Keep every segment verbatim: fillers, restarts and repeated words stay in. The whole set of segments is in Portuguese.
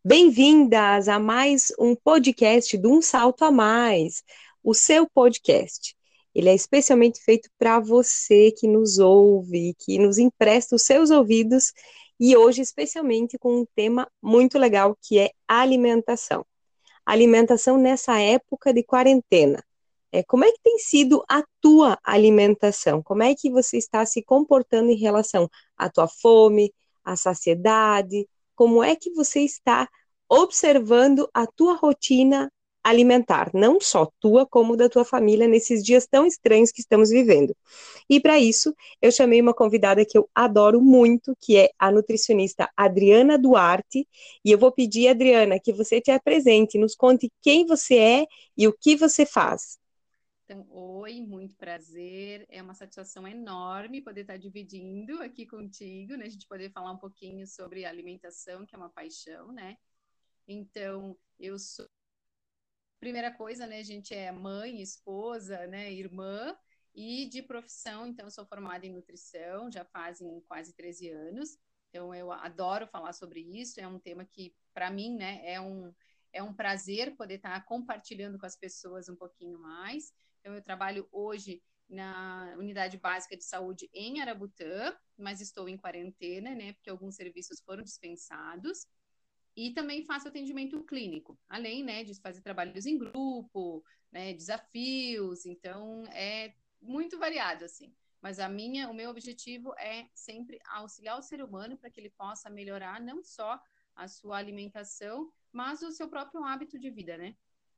Bem-vindas a mais um podcast do Um Salto a Mais, o seu podcast. Ele é especialmente feito para você que nos ouve, que nos empresta os seus ouvidos, e hoje especialmente com um tema muito legal que é alimentação. Alimentação nessa época de quarentena. É, como é que tem sido a tua alimentação? Como é que você está se comportando em relação à tua fome, à saciedade? Como é que você está observando a tua rotina alimentar, não só tua, como da tua família, nesses dias tão estranhos que estamos vivendo? E para isso, eu chamei uma convidada que eu adoro muito, que é a nutricionista Adriana Duarte, e eu vou pedir, Adriana, que você te apresente, nos conte quem você é e o que você faz. Então, oi, muito prazer. É uma satisfação enorme poder estar dividindo aqui contigo, né? A gente poder falar um pouquinho sobre alimentação, que é uma paixão, né? Então, eu sou. Primeira coisa, né? A gente é mãe, esposa, né? Irmã. E de profissão, então, eu sou formada em nutrição, já fazem quase treze anos. Então, eu adoro falar sobre isso. É um tema que, para mim, né? É um, é um prazer poder estar compartilhando com as pessoas um pouquinho mais. Então, eu trabalho hoje na Unidade Básica de Saúde em Arabutã, mas estou em quarentena, né? Porque alguns serviços foram dispensados. E também faço atendimento clínico, além, né, de fazer trabalhos em grupo, né, desafios. Então, é muito variado, assim. Mas a minha, o meu objetivo é sempre auxiliar o ser humano para que ele possa melhorar não só a sua alimentação, mas o seu próprio hábito de vida, né?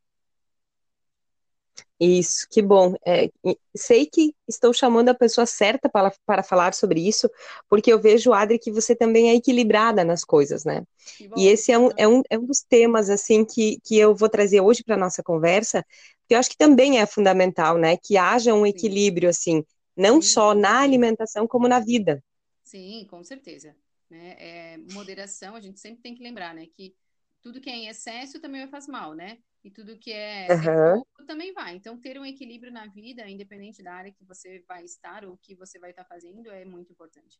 Isso, que bom. É, e sei que estou chamando a pessoa certa para, para falar sobre isso, porque eu vejo, Adri, que você também é equilibrada nas coisas, né? Que E bom. esse é um, é um, é um dos temas, assim, que, que eu vou trazer hoje para a nossa conversa, que eu acho que também é fundamental, né? Que haja um Sim, equilíbrio, assim, não sim, só na alimentação, como na vida. sim, com certeza. Né? É, moderação, a gente sempre tem que lembrar, né, que tudo que é em excesso também vai faz mal, né? E tudo que é, é Aham. pouco também vai. Então, ter um equilíbrio na vida, independente da área que você vai estar ou que você vai estar fazendo, é muito importante.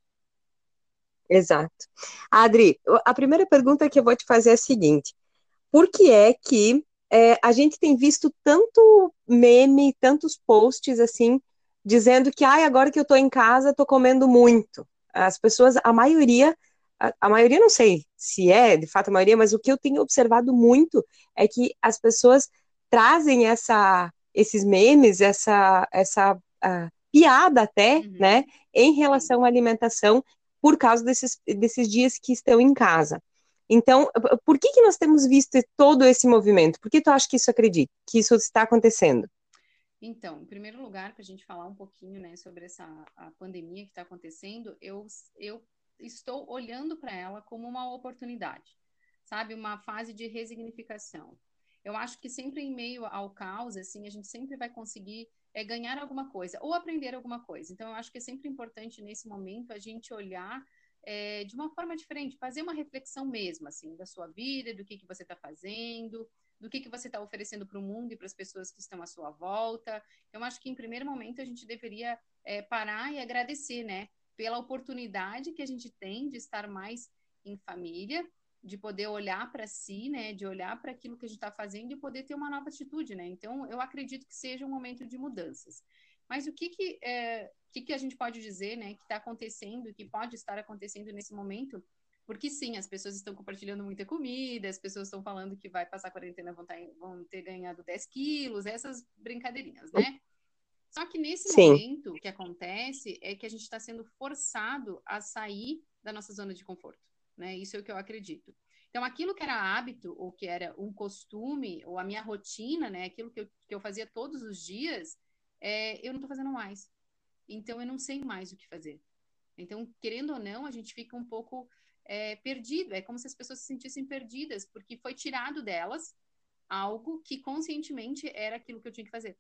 Exato. Adri, a primeira pergunta que eu vou te fazer é a seguinte: por que é que é, a gente tem visto tanto meme, tantos posts assim, dizendo que ai, agora que eu tô em casa, tô comendo muito. As pessoas, a maioria, a, a maioria não sei se é de fato a maioria, mas o que eu tenho observado muito é que as pessoas trazem essa, esses memes, essa, essa ah, piada até, né, Uhum, em sim. relação à alimentação por causa desses, desses dias que estão em casa. Então, por que que nós temos visto todo esse movimento? Por que tu acha que isso acredita, que isso está acontecendo? Então, em primeiro lugar, para a gente falar um pouquinho, né, sobre essa a pandemia que está acontecendo, eu, eu estou olhando para ela como uma oportunidade, sabe? Uma fase de resignificação. Eu acho que sempre em meio ao caos, assim, a gente sempre vai conseguir é, ganhar alguma coisa ou aprender alguma coisa. Então, eu acho que é sempre importante nesse momento a gente olhar é, de uma forma diferente, fazer uma reflexão mesmo, assim, da sua vida, do que que você está fazendo, do que, que você está oferecendo para o mundo e para as pessoas que estão à sua volta. Então, acho que em primeiro momento a gente deveria é, parar e agradecer, né, pela oportunidade que a gente tem de estar mais em família, de poder olhar para si, né, de olhar para aquilo que a gente está fazendo e poder ter uma nova atitude, né. Então, eu acredito que seja um momento de mudanças. Mas o que que, é, que, que a gente pode dizer, né, que está acontecendo, que pode estar acontecendo nesse momento? Porque sim, as pessoas estão compartilhando muita comida, as pessoas estão falando que vai passar a quarentena, vão, tá, vão ter ganhado dez quilos, essas brincadeirinhas, né? Só que nesse Sim. momento, o que acontece é que a gente está sendo forçado a sair da nossa zona de conforto, né? Isso é o que eu acredito. Então, aquilo que era hábito, ou que era um costume, ou a minha rotina, né? Aquilo que eu, que eu fazia todos os dias, é, eu não estou fazendo mais. Então, eu não sei mais o que fazer. Então, querendo ou não, a gente fica um pouco é, perdido. É como se as pessoas se sentissem perdidas, porque foi tirado delas algo que conscientemente era aquilo que eu tinha que fazer.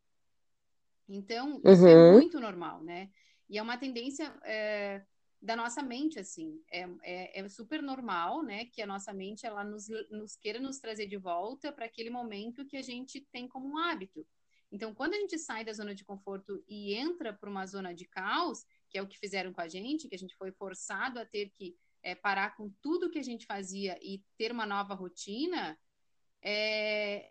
Então, isso é Uhum. muito normal, né? E é uma tendência é, da nossa mente, assim. É, é, é, super normal, né? Que a nossa mente, ela nos, nos queira nos trazer de volta para aquele momento que a gente tem como um hábito. Então, quando a gente sai da zona de conforto e entra para uma zona de caos, que é o que fizeram com a gente, que a gente foi forçado a ter que é, parar com tudo que a gente fazia e ter uma nova rotina, é,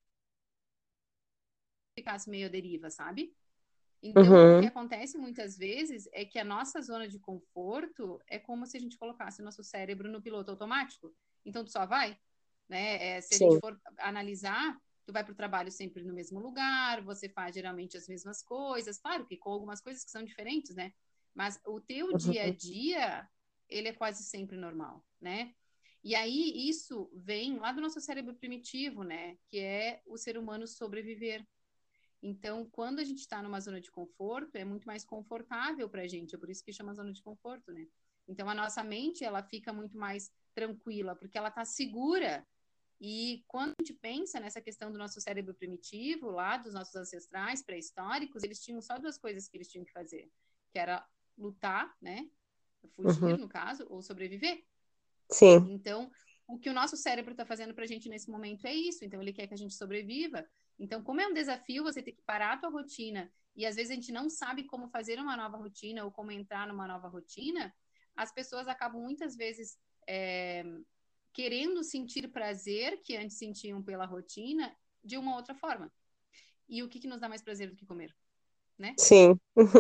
ficasse meio à deriva, sabe? Então, o que Uhum. acontece muitas vezes é que a nossa zona de conforto é como se a gente colocasse o nosso cérebro no piloto automático. Então, tu só vai, né? É, se a gente Sim. for analisar, tu vai para o trabalho sempre no mesmo lugar, você faz geralmente as mesmas coisas, claro que com algumas coisas que são diferentes, né? Mas o teu dia a Uhum. dia, ele é quase sempre normal, né? E aí, isso vem lá do nosso cérebro primitivo, né? Que é o ser humano sobreviver. Então, quando a gente está numa zona de conforto, é muito mais confortável para a gente, é por isso que chama zona de conforto, né? Então, a nossa mente, ela fica muito mais tranquila, porque ela está segura. E quando a gente pensa nessa questão do nosso cérebro primitivo, lá dos nossos ancestrais pré-históricos, eles tinham só duas coisas que eles tinham que fazer, que era lutar, né? Fugir, Uhum. no caso, ou sobreviver. Sim. Então, o que o nosso cérebro está fazendo para a gente nesse momento é isso. Então, ele quer que a gente sobreviva. Então, como é um desafio você ter que parar a tua rotina e às vezes a gente não sabe como fazer uma nova rotina ou como entrar numa nova rotina, as pessoas acabam muitas vezes é, querendo sentir prazer que antes sentiam pela rotina de uma outra forma. E o que, que nos dá mais prazer do que comer, né? Sim.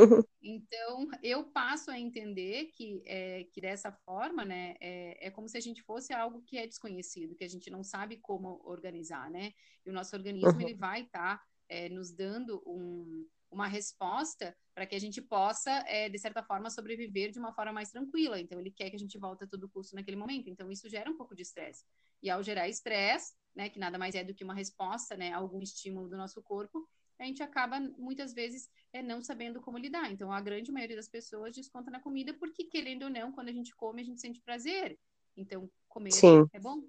Então, eu passo a entender que, é, que dessa forma, né, é, é como se a gente fosse algo que é desconhecido, que a gente não sabe como organizar, né? E o nosso organismo, ele Uhum. vai estar tá, é, nos dando um, uma resposta para que a gente possa, é, de certa forma, sobreviver de uma forma mais tranquila. Então, ele quer que a gente volte a todo custo naquele momento. Então, isso gera um pouco de estresse. E ao gerar estresse, né, que nada mais é do que uma resposta, né, a algum estímulo do nosso corpo, a gente acaba, muitas vezes, é não sabendo como lidar. Então, a grande maioria das pessoas desconta na comida porque, querendo ou não, quando a gente come, a gente sente prazer. Então, comer Sim, é bom.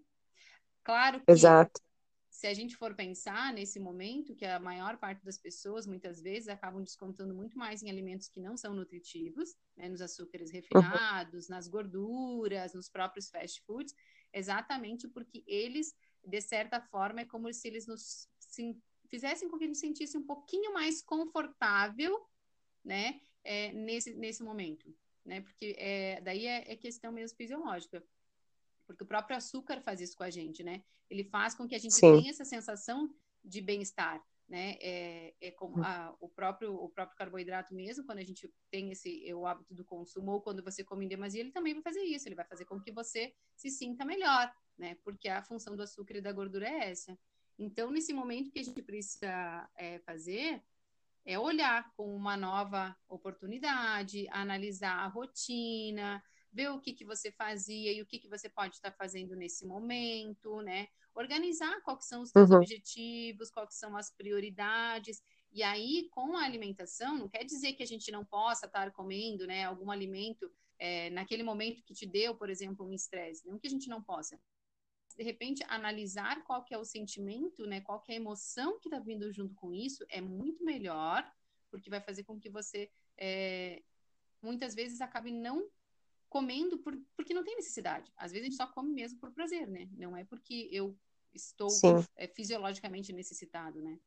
Claro que, exato. se a gente for pensar nesse momento, que a maior parte das pessoas, muitas vezes, acabam descontando muito mais em alimentos que não são nutritivos, né, nos açúcares Uhum. refinados, nas gorduras, nos próprios fast foods, exatamente porque eles, de certa forma, é como se eles nos se, fizessem com que a gente sentisse um pouquinho mais confortável, né, é, nesse, nesse momento, né, porque é, daí é, é questão mesmo fisiológica, porque o próprio açúcar faz isso com a gente, né, ele faz com que a gente Sim. tenha essa sensação de bem-estar, né, é, é como a, o, próprio, o próprio carboidrato mesmo, quando a gente tem esse o hábito do consumo, ou quando você come em demasia, ele também vai fazer isso, ele vai fazer com que você se sinta melhor, né, porque a função do açúcar e da gordura é essa. Então, nesse momento que a gente precisa é, fazer é olhar com uma nova oportunidade, analisar a rotina, ver o que, que você fazia e o que, que você pode estar fazendo nesse momento, né? Organizar quais são os teus Uhum. objetivos, quais são as prioridades. E aí, com a alimentação, não quer dizer que a gente não possa estar comendo, né, algum alimento é, naquele momento que te deu, por exemplo, um estresse. Não que a gente não possa, de repente, analisar qual que é o sentimento, né, qual que é a emoção que está vindo junto com isso, é muito melhor, porque vai fazer com que você, é, muitas vezes, acabe não comendo por, porque não tem necessidade. Às vezes a gente só come mesmo por prazer, né? Não é porque eu estou Sim. é, fisiologicamente necessitado, né?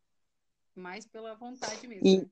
Mas pela vontade mesmo, E né?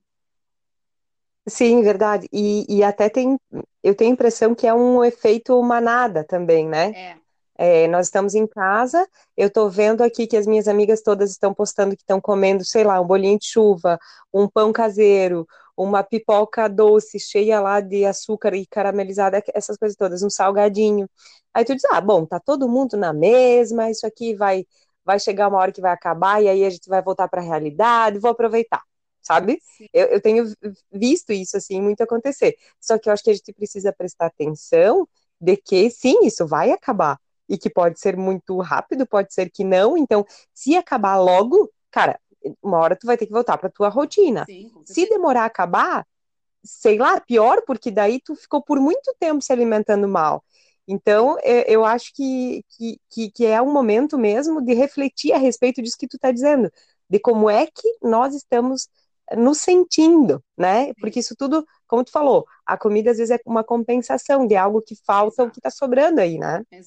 sim, verdade. E, e até tem, eu tenho a impressão que é um efeito manada também, né? É, É, nós estamos em casa, eu estou vendo aqui que as minhas amigas todas estão postando que estão comendo, sei lá, um bolinho de chuva, um pão caseiro, uma pipoca doce, cheia lá de açúcar e caramelizada, essas coisas todas, um salgadinho. Aí tu diz, ah, bom, tá todo mundo na mesma, isso aqui vai, vai chegar uma hora que vai acabar, e aí a gente vai voltar para a realidade, vou aproveitar, sabe? sim, Eu, eu tenho visto isso, assim, muito acontecer. Só que eu acho que a gente precisa prestar atenção de que, sim, isso vai acabar e que pode ser muito rápido, pode ser que não. Então, se acabar logo, cara, uma hora tu vai ter que voltar para tua rotina. sim, com Se certeza. demorar a acabar, sei lá, pior, porque daí tu ficou por muito tempo se alimentando mal. Sim, Então, é, eu acho que, que, que, que é um momento mesmo de refletir a respeito disso que tu está dizendo, de como é que nós estamos nos sentindo, né? sim, Porque isso tudo, como tu falou, a comida às vezes é uma compensação de algo que falta ou que exato. está sobrando aí, né? Exato.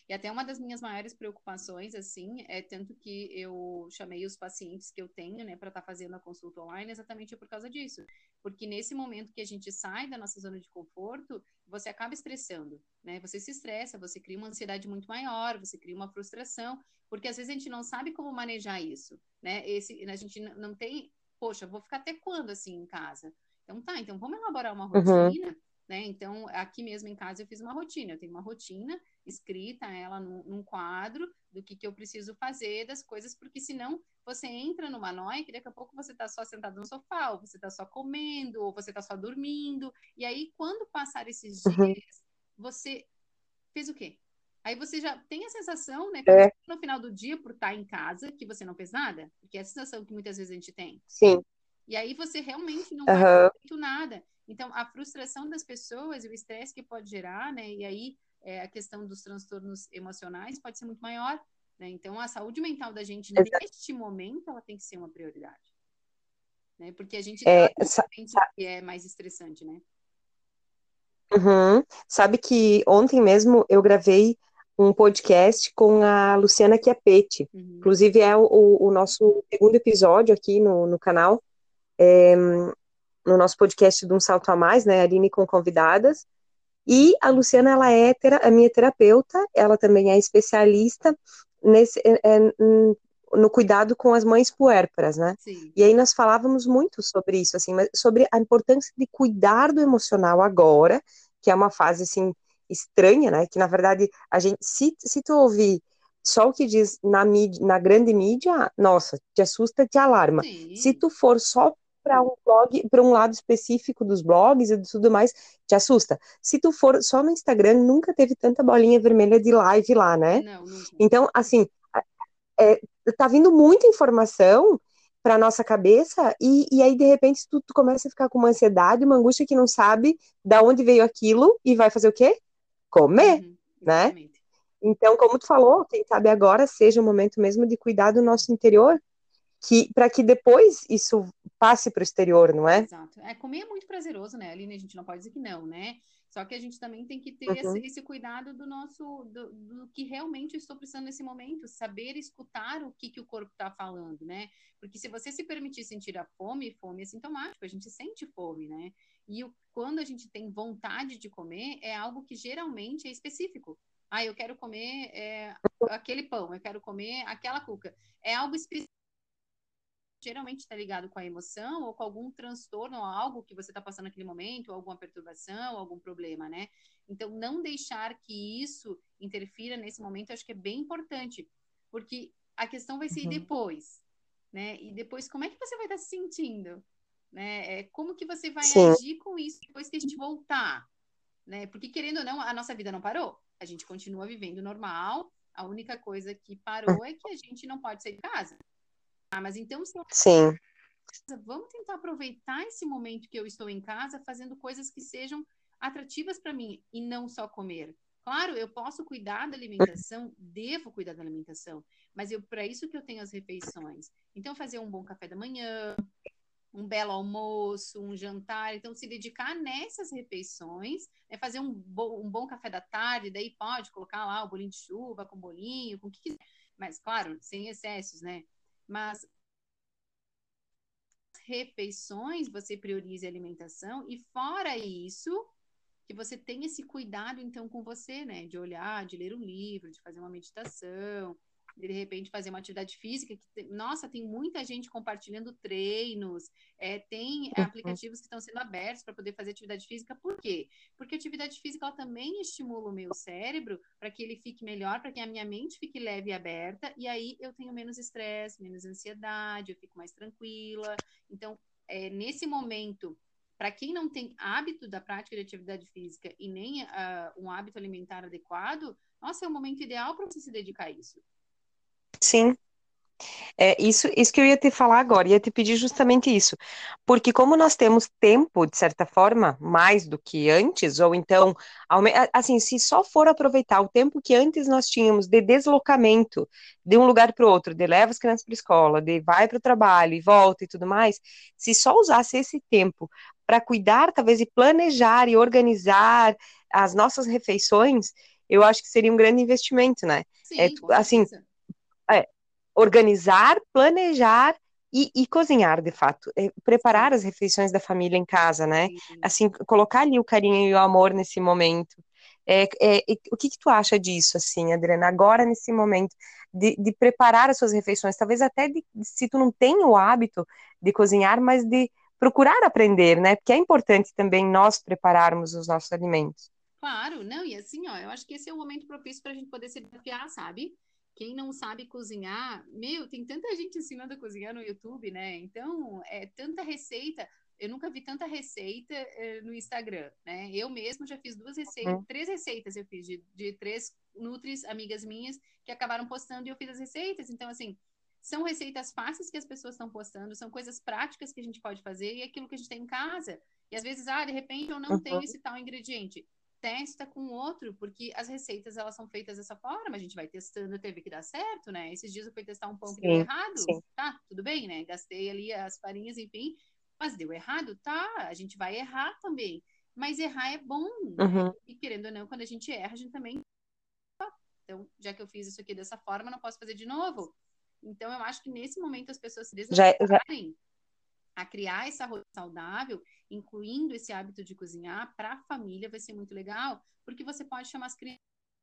E até uma das minhas maiores preocupações, assim, é tanto que eu chamei os pacientes que eu tenho, né, para estar fazendo a consulta online, exatamente por causa disso. Porque nesse momento que a gente sai da nossa zona de conforto, você acaba estressando, né? Você se estressa, você cria uma ansiedade muito maior, você cria uma frustração, porque às vezes a gente não sabe como manejar isso, né? Esse, a gente não tem, poxa, vou ficar até quando assim em casa? Então tá, então vamos elaborar uma Uhum, rotina, né? Então, aqui mesmo em casa eu fiz uma rotina, eu tenho uma rotina escrita ela num, num quadro do que, que eu preciso fazer, das coisas, porque senão você entra numa noia que daqui a pouco você está só sentado no sofá, ou você está só comendo, ou você está só dormindo, e aí quando passar esses uhum. dias, você fez o quê? Aí você já tem a sensação, né, quando É, chega no final do dia, por estar em casa, que você não fez nada, porque é a sensação que muitas vezes a gente tem. sim. E aí você realmente não vai Aham. ter feito nada. Então, a frustração das pessoas e o estresse que pode gerar, né? E aí é, a questão dos transtornos emocionais pode ser muito maior, né? Então, a saúde mental da gente Exa- neste momento, ela tem que ser uma prioridade, né? Porque a gente está É, num sa- momento sa- que é mais estressante, né? uhum. Sabe que ontem mesmo eu gravei um podcast com a Luciana Chiapetti. Uhum. Inclusive, é o, o nosso segundo episódio aqui no, no canal, no nosso podcast de Um Salto a Mais, né? Aline com convidadas. E a Luciana, ela é tera- a minha terapeuta, ela também é especialista nesse, é, é, no cuidado com as mães puérperas, né? Sim. E aí nós falávamos muito sobre isso, assim, sobre a importância de cuidar do emocional agora, que é uma fase, assim, estranha, né? Que, na verdade, a gente, se, se tu ouvir só o que diz na mídia, na grande mídia, nossa, te assusta, te alarma. Se Sim. tu for só para um blog, para um lado específico dos blogs e tudo mais, te assusta. Se tu for só no Instagram, nunca teve tanta bolinha vermelha de live lá, né? Não, nunca. Então, assim, é, tá vindo muita informação para nossa cabeça e, e aí, de repente, tu, tu começa a ficar com uma ansiedade, uma angústia que não sabe da onde veio aquilo e vai fazer o quê? Comer, Uhum. né? Exatamente. Então, como tu falou, quem sabe agora seja o momento mesmo de cuidar do nosso interior, que para que depois isso passe para o exterior, não é? Exato. É, comer é muito prazeroso, né? Ali, né, a gente não pode dizer que não, né? Só que a gente também tem que ter esse, Uhum, esse cuidado do nosso, do, do que realmente eu estou precisando nesse momento, saber escutar o que, que o corpo está falando, né? Porque se você se permitir sentir a fome, fome é sintomático, a gente sente fome, né? E o, quando a gente tem vontade de comer, é algo que geralmente é específico. Ah, eu quero comer é, aquele pão, eu quero comer aquela cuca. É algo específico, geralmente está ligado com a emoção ou com algum transtorno ou algo que você está passando naquele momento, ou alguma perturbação, algum problema, né? Então, não deixar que isso interfira nesse momento, eu acho que é bem importante, porque a questão vai ser e uhum. depois, né? E depois, como é que você vai estar se sentindo? Né? É, como que você vai Sim, agir com isso depois que a gente voltar? Né? Porque, querendo ou não, a nossa vida não parou. A gente continua vivendo normal, a única coisa que parou é que a gente não pode sair de casa. Ah, mas então, se sim, vamos tentar aproveitar esse momento que eu estou em casa fazendo coisas que sejam atrativas para mim e não só comer. Claro, eu posso cuidar da alimentação, devo cuidar da alimentação, mas eu para isso que eu tenho as refeições. Então, fazer um bom café da manhã, um belo almoço, um jantar. Então, se dedicar nessas refeições, né, fazer um, bo um bom café da tarde, daí pode colocar lá o bolinho de chuva com bolinho, com o que quiser. Mas, claro, sem excessos, né? Mas refeições, você priorize a alimentação e fora isso, que você tenha esse cuidado então com você, né, de olhar, de ler um livro, de fazer uma meditação, de, de repente fazer uma atividade física que, nossa, tem muita gente compartilhando treinos, é, tem uhum, aplicativos que estão sendo abertos para poder fazer atividade física. Por quê? Porque a atividade física ela também estimula o meu cérebro para que ele fique melhor, para que a minha mente fique leve e aberta, e aí eu tenho menos estresse, menos ansiedade, eu fico mais tranquila. Então, é, nesse momento, para quem não tem hábito da prática de atividade física e nem uh, um hábito alimentar adequado, nossa, é o momento ideal para você se dedicar a isso. sim. É isso, isso que eu ia te falar agora, ia te pedir justamente isso. Porque como nós temos tempo, de certa forma, mais do que antes, ou então, aume- a- assim, se só for aproveitar o tempo que antes nós tínhamos de deslocamento de um lugar para o outro, de leva as crianças para a escola, de vai para o trabalho e volta e tudo mais, se só usasse esse tempo para cuidar, talvez, e planejar e organizar as nossas refeições, eu acho que seria um grande investimento, né? É, Sim, com assim, certeza. é, organizar, planejar e, e cozinhar, de fato. É, Sim, preparar as refeições da família em casa, né? sim. Assim, colocar ali o carinho e o amor nesse momento. É, é, e o que que tu acha disso, assim, Adriana, agora nesse momento de, de preparar as suas refeições, talvez até de, se tu não tem o hábito de cozinhar, mas de procurar aprender, né? Porque é importante também nós prepararmos os nossos alimentos. Claro, não, e assim, ó, eu acho que esse é o momento propício para a gente poder se desafiar, sabe? Quem não sabe cozinhar, meu, tem tanta gente ensinando a cozinhar no YouTube, né? Então, é tanta receita. Eu nunca vi tanta receita eh, no Instagram, né? Eu mesmo já fiz duas receitas, Uhum, três receitas eu fiz de, de três nutris, amigas minhas, que acabaram postando e eu fiz as receitas. Então, assim, são receitas fáceis que as pessoas estão postando, são coisas práticas que a gente pode fazer e aquilo que a gente tem em casa. E às vezes, ah, de repente eu não tenho uhum, esse tal ingrediente, testa com outro, porque as receitas elas são feitas dessa forma, a gente vai testando, teve que dar certo, né? Esses dias eu fui testar um pão que deu sim, errado, sim. tá, tudo bem, né? Gastei ali as farinhas, enfim, mas deu errado, tá, a gente vai errar também. Mas errar é bom, né? Uhum. E querendo ou não, quando a gente erra, a gente também. Então, já que eu fiz isso aqui dessa forma, não posso fazer de novo. Então, eu acho que nesse momento as pessoas se Já, já, desafiarem a criar essa rotina saudável, incluindo esse hábito de cozinhar para a família, vai ser muito legal, porque você pode chamar as crianças,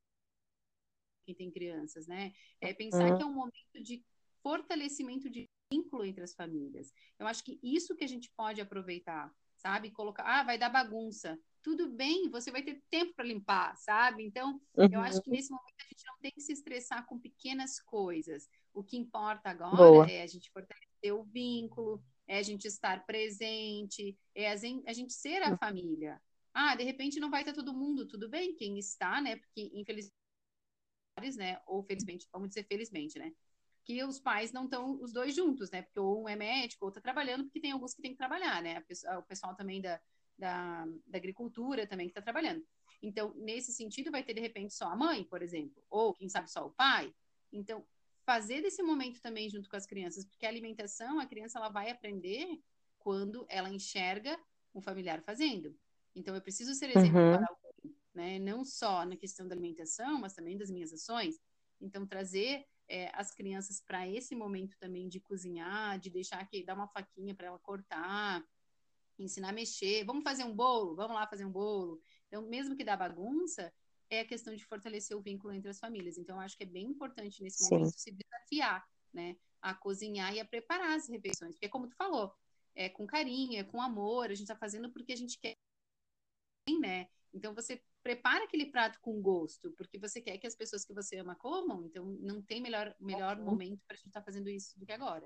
quem tem crianças, né? É pensar que uhum, é um momento de fortalecimento de vínculo entre as famílias. Eu acho que isso que a gente pode aproveitar, sabe? Colocar, ah, vai dar bagunça. Tudo bem, você vai ter tempo para limpar, sabe? Então, eu acho que uhum. nesse momento a gente não tem que se estressar com pequenas coisas. O que importa agora Boa. é a gente fortalecer o vínculo, é a gente estar presente, é a gente ser a família. Ah, de repente não vai estar todo mundo, tudo bem, quem está, né? Porque infelizmente, né? Ou felizmente, vamos dizer felizmente, né? Que os pais não estão os dois juntos, né? Porque um é médico, outro está trabalhando, porque tem alguns que tem que trabalhar, né? O pessoal também da, da, da agricultura também que está trabalhando. Então, nesse sentido, vai ter de repente só a mãe, por exemplo, ou quem sabe só o pai. Então, fazer desse momento também junto com as crianças, porque a alimentação, a criança ela vai aprender quando ela enxerga um familiar fazendo. Então, eu preciso ser exemplo Uhum, para alguém, né? Não só na questão da alimentação, mas também das minhas ações. Então, trazer é, as crianças para esse momento também de cozinhar, de deixar que dar uma faquinha para ela cortar, ensinar a mexer. Vamos fazer um bolo? Vamos lá fazer um bolo. Então, mesmo que dá bagunça, é a questão de fortalecer o vínculo entre as famílias. Então, eu acho que é bem importante nesse sim. momento se desafiar, né, a cozinhar e a preparar as refeições, porque como tu falou, é com carinho, é com amor, a gente está fazendo porque a gente quer, né? Então você prepara aquele prato com gosto, porque você quer que as pessoas que você ama comam, então não tem melhor, melhor momento para a gente estar tá fazendo isso do que agora.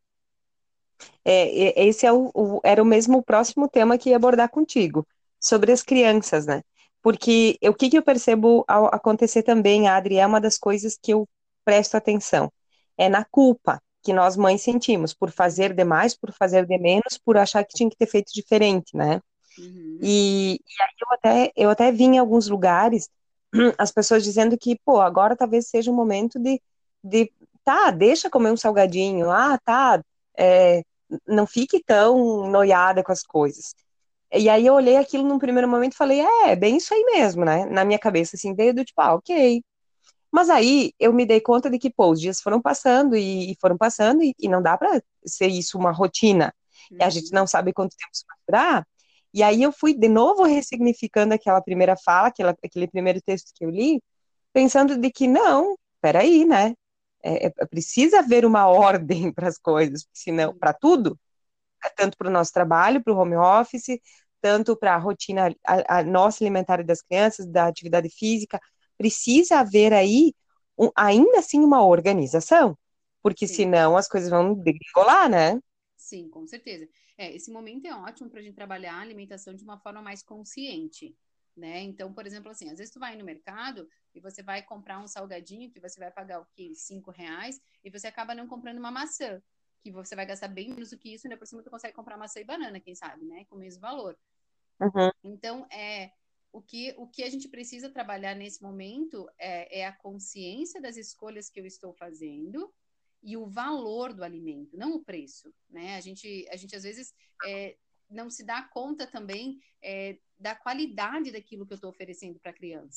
É, é, esse é o, o- era o mesmo próximo tema que ia abordar contigo, sobre as crianças, né? Porque o que, que eu percebo ao acontecer também, Adri, é uma das coisas que eu presto atenção. É na culpa que nós mães sentimos por fazer demais, por fazer de menos, por achar que tinha que ter feito diferente, né? Uhum, E, e aí eu até, eu até vi em alguns lugares as pessoas dizendo que, pô, agora talvez seja um momento de, de tá, deixa comer um salgadinho, ah, tá, é, não fique tão noiada com as coisas. E aí eu olhei aquilo num primeiro momento e falei, é, é bem isso aí mesmo, né? Na minha cabeça, assim, veio do tipo, ah, ok. Mas aí eu me dei conta de que, pô, os dias foram passando e, e foram passando e, e não dá para ser isso uma rotina. E a gente uhum, não sabe quanto tempo isso vai durar. E aí eu fui de novo ressignificando aquela primeira fala, aquela, aquele primeiro texto que eu li, pensando de que não, peraí, né? É, é, precisa haver uma ordem para as coisas, senão, sim, para tudo, tanto para o nosso trabalho, para o home office, tanto para a rotina a, a nossa alimentar das crianças, da atividade física, precisa haver aí, um, ainda assim, uma organização, porque sim. senão as coisas vão degringolar, né? Sim, com certeza. É, esse momento é ótimo para a gente trabalhar a alimentação de uma forma mais consciente, né? Então, por exemplo, assim, às vezes tu vai no mercado e você vai comprar um salgadinho que você vai pagar o quê? Cinco reais e você acaba não comprando uma maçã, que você vai gastar bem menos do que isso, e ainda por cima tu consegue comprar maçã e banana, quem sabe, né? Com o mesmo valor. Uhum, Então, é, o que, o que a gente precisa trabalhar nesse momento é, é a consciência das escolhas que eu estou fazendo e o valor do alimento, não o preço, né? A gente, a gente às vezes é, não se dá conta também é, da qualidade daquilo que eu estou oferecendo para a criança.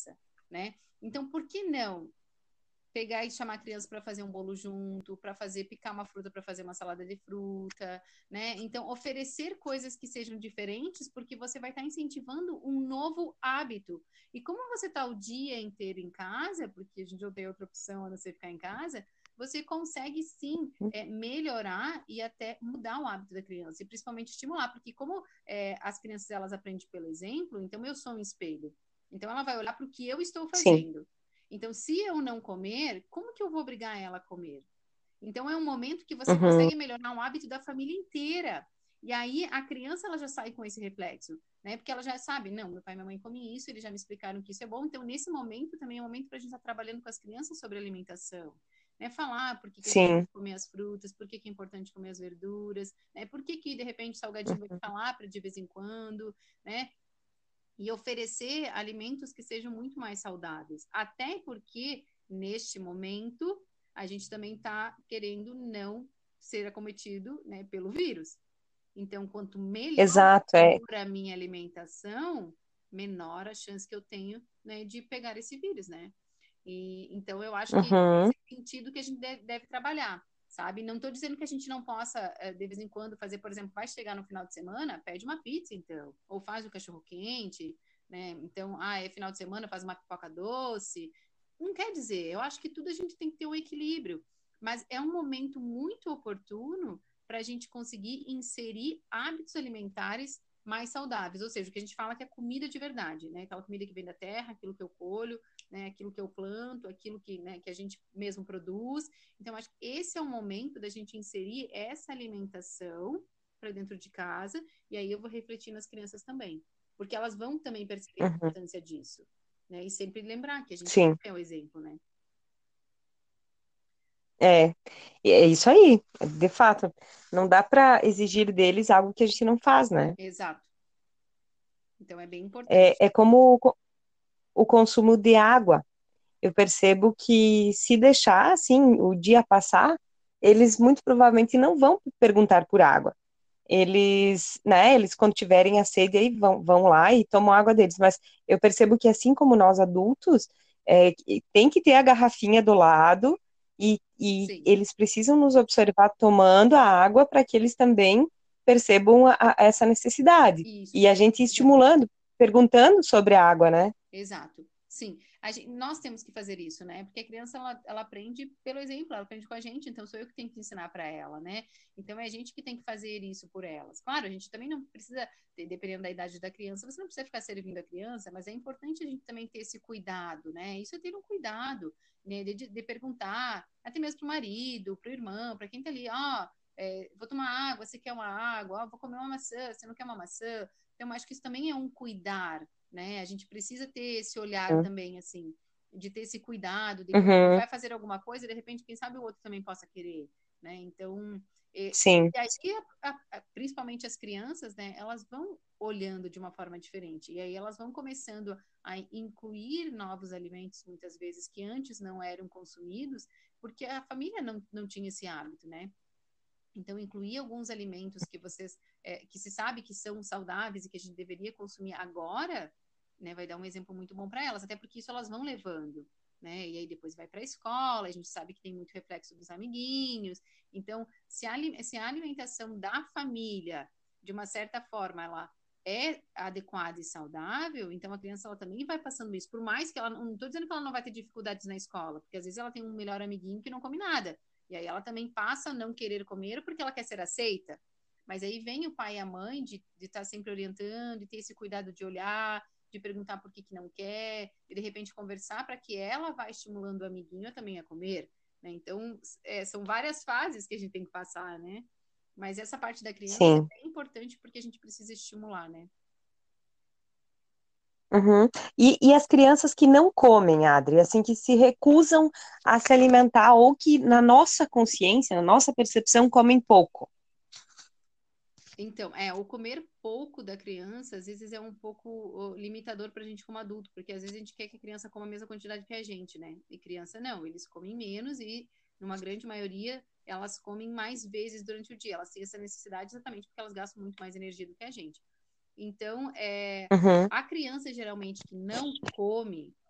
né? Então, por que não pegar e chamar a criança para fazer um bolo junto, para fazer picar uma fruta para fazer uma salada de fruta, né? Então, oferecer coisas que sejam diferentes, porque você vai estar incentivando um novo hábito. E como você está o dia inteiro em casa, porque a gente não tem outra opção a não ser ficar em casa, você consegue sim é, melhorar e até mudar o hábito da criança, e principalmente estimular, porque como é, as crianças elas aprendem pelo exemplo, então eu sou um espelho. Então ela vai olhar para o que eu estou Sim. fazendo. Então, se eu não comer, como que eu vou obrigar ela a comer? Então, é um momento que você Uhum. consegue melhorar o hábito da família inteira. E aí, a criança, ela já sai com esse reflexo, né? Porque ela já sabe, não, meu pai e minha mãe comem isso, eles já me explicaram que isso é bom. Então, nesse momento, também é um momento para a gente estar trabalhando com as crianças sobre alimentação. Né? Falar por que, que a gente tem Sim. que comer as frutas, por que, que é importante comer as verduras, né? Por que, que de repente, o salgadinho vai Uhum. ficar lá para de vez em quando, né? E oferecer alimentos que sejam muito mais saudáveis. Até porque, neste momento, a gente também está querendo não ser acometido, né, pelo vírus. Então, quanto melhor Exato, é. for a minha alimentação, menor a chance que eu tenho, né, de pegar esse vírus, né? E, então, eu acho que Uhum. esse sentido que a gente deve, deve trabalhar, sabe? Não estou dizendo que a gente não possa, eh, de vez em quando, fazer, por exemplo, vai chegar no final de semana, pede uma pizza, então, ou faz o cachorro quente, né? Então, ah, é final de semana, faz uma pipoca doce. Não quer dizer, eu acho que tudo a gente tem que ter um equilíbrio, mas é um momento muito oportuno para a gente conseguir inserir hábitos alimentares mais saudáveis, ou seja, o que a gente fala que é comida de verdade, né? Aquela comida que vem da terra, aquilo que eu colho, né? Aquilo que eu planto, aquilo que, né, que a gente mesmo produz. Então, acho que esse é o momento da gente inserir essa alimentação para dentro de casa, e aí eu vou refletir nas crianças também, porque elas vão também perceber a Uhum. importância disso, né? E sempre lembrar que a gente Sim. é o exemplo, né? É. E é isso aí. De fato, não dá para exigir deles algo que a gente não faz, né? Exato. Então é bem importante. É, é como o, co- o consumo de água. Eu percebo que se deixar assim o dia passar, eles muito provavelmente não vão perguntar por água. Eles, né, eles quando tiverem a sede aí vão, vão lá e tomam água deles. Mas eu percebo que assim como nós adultos, é, que tem que ter a garrafinha do lado e, e Sim, eles precisam nos observar tomando a água para que eles também percebam a, a essa necessidade. isso. E a gente estimulando, perguntando sobre a água, né? Exato. Sim, a gente, nós temos que fazer isso, né? Porque a criança ela, ela aprende pelo exemplo, ela aprende com a gente, então sou eu que tenho que ensinar para ela, né? Então é a gente que tem que fazer isso por elas. Claro, a gente também não precisa, dependendo da idade da criança, você não precisa ficar servindo a criança, mas é importante a gente também ter esse cuidado, né? Isso é ter um cuidado, né? De, de perguntar, até mesmo para o marido, para o irmão, para quem tá ali, ó, oh, é, vou tomar água, você quer uma água? Oh, vou comer uma maçã, você não quer uma maçã? Então, acho que isso também é um cuidar, né? A gente precisa ter esse olhar também, assim, de ter esse cuidado, de quando a gente Uhum, vai fazer alguma coisa, de repente, quem sabe o outro também possa querer, né? Então, e, sim. e aí, a, a, principalmente as crianças, né? Elas vão olhando de uma forma diferente, e aí elas vão começando a incluir novos alimentos, muitas vezes, que antes não eram consumidos, porque a família não, não tinha esse hábito, né? Então, incluir alguns alimentos que vocês, é, que se sabe que são saudáveis e que a gente deveria consumir agora, né, vai dar um exemplo muito bom para elas, até porque isso elas vão levando, né? E aí depois vai para a escola, a gente sabe que tem muito reflexo dos amiguinhos. Então, se a, se a alimentação da família, de uma certa forma, ela é adequada e saudável, então a criança ela também vai passando isso. Por mais que ela, não estou dizendo que ela não vai ter dificuldades na escola, porque às vezes ela tem um melhor amiguinho que não come nada. E aí ela também passa a não querer comer porque ela quer ser aceita. Mas aí vem o pai e a mãe de estar tá sempre orientando, de ter esse cuidado de olhar, de perguntar por que, que não quer, e de repente conversar para que ela vá estimulando o amiguinho também a comer. Né? Então, é, são várias fases que a gente tem que passar, né? Mas essa parte da criança é Sim. bem importante porque a gente precisa estimular, né? Uhum. E, e as crianças que não comem, Adri, assim, que se recusam a se alimentar ou que, na nossa consciência, na nossa percepção, comem pouco. Então, é, o comer pouco da criança, às vezes é um pouco ó, limitador para a gente como adulto, porque às vezes a gente quer que a criança coma a mesma quantidade que a gente, né? E criança não, eles comem menos e, numa grande maioria, elas comem mais vezes durante o dia. Elas têm essa necessidade exatamente porque elas gastam muito mais energia do que a gente. Então, é, Uhum. a criança geralmente que não come,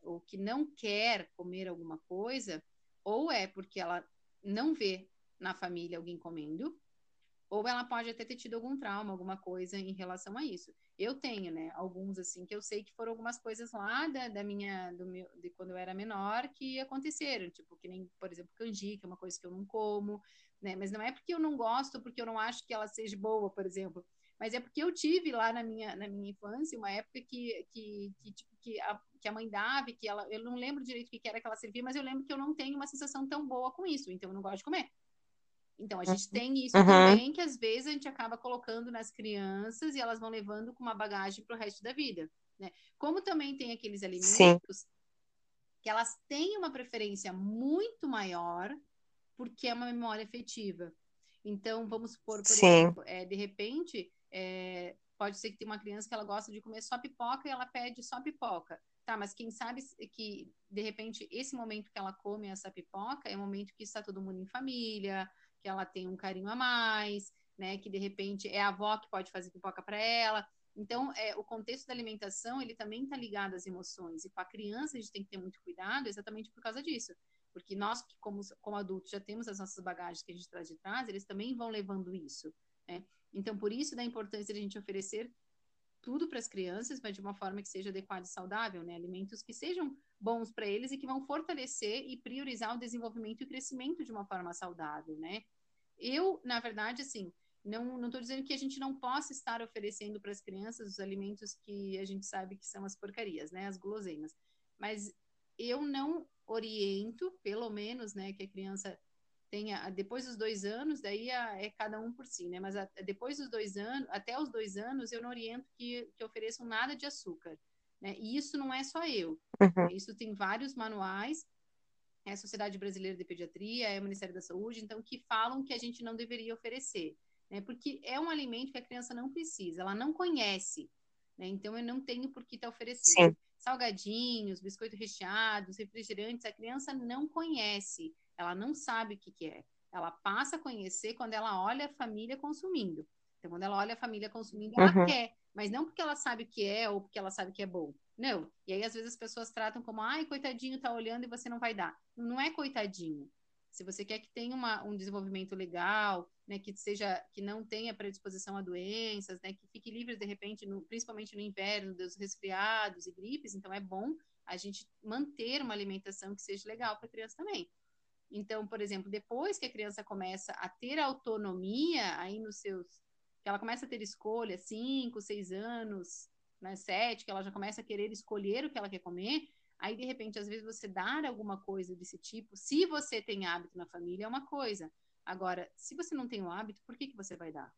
ou que não quer comer alguma coisa, ou é porque ela não vê na família alguém comendo, ou ela pode até ter tido algum trauma, alguma coisa em relação a isso. Eu tenho, né, alguns, assim, que eu sei que foram algumas coisas lá da, da minha, do meu, de quando eu era menor que aconteceram, tipo, que nem, por exemplo, canjica, que é uma coisa que eu não como, né, mas não é porque eu não gosto, porque eu não acho que ela seja boa, por exemplo, mas é porque eu tive lá na minha, na minha infância uma época que, que, que, tipo, que, a, que a mãe dava, que ela, eu não lembro direito o que era que ela servia, mas eu lembro que eu não tenho uma sensação tão boa com isso, então eu não gosto de comer. Então, a gente tem isso Uhum. também, que às vezes a gente acaba colocando nas crianças e elas vão levando com uma bagagem para o resto da vida, né? Como também tem aqueles Sim, alimentos que elas têm uma preferência muito maior porque é uma memória afetiva. Então, vamos supor, por sim. exemplo, é, de repente, é, pode ser que tenha uma criança que ela gosta de comer só pipoca e ela pede só pipoca. Tá, mas quem sabe que, de repente, esse momento que ela come essa pipoca é o momento que está todo mundo em família, que ela tem um carinho a mais, né? Que, de repente, é a avó que pode fazer pipoca para ela. Então, é, o contexto da alimentação, ele também está ligado às emoções. E com a criança, a gente tem que ter muito cuidado exatamente por causa disso. Porque nós, que como, como adultos, já temos as nossas bagagens que a gente traz de trás, eles também vão levando isso, né? Então, por isso da importância de a gente oferecer tudo para as crianças, mas de uma forma que seja adequada e saudável, né? Alimentos que sejam bons para eles e que vão fortalecer e priorizar o desenvolvimento e crescimento de uma forma saudável, né? Eu, na verdade, assim, não não estou dizendo que a gente não possa estar oferecendo para as crianças os alimentos que a gente sabe que são as porcarias, né? As guloseimas. Mas eu não oriento, pelo menos, né, que a criança tenha, depois dos dois anos, daí a, é cada um por si, né? Mas a, depois dos dois anos, até os dois anos, eu não oriento que, que ofereçam nada de açúcar, né? E isso não é só eu, Uhum. né? Isso tem vários manuais, é a Sociedade Brasileira de Pediatria, é o Ministério da Saúde, então, que falam que a gente não deveria oferecer, né? Porque é um alimento que a criança não precisa, ela não conhece, né? Então, eu não tenho por que estar oferecendo. Sim. Salgadinhos, biscoitos recheados, refrigerantes, a criança não conhece, ela não sabe o que, que é. Ela passa a conhecer quando ela olha a família consumindo. Então, quando ela olha a família consumindo, ela Uhum. quer, mas não porque ela sabe o que é ou porque ela sabe que é bom. Não. E aí, às vezes, as pessoas tratam como, ai, coitadinho, tá olhando e você não vai dar. Não é coitadinho. Se você quer que tenha uma, um desenvolvimento legal, né, que seja, que não tenha predisposição a doenças, né, que fique livre, de repente, no, principalmente no inverno, dos resfriados e gripes, então é bom a gente manter uma alimentação que seja legal para a criança também. Então, por exemplo, depois que a criança começa a ter autonomia, aí nos seus, que ela começa a ter escolha, cinco, seis anos, né, sete, que ela já começa a querer escolher o que ela quer comer, aí de repente, às vezes você dar alguma coisa desse tipo, se você tem hábito na família, é uma coisa. Agora, se você não tem o hábito, por que que você vai dar?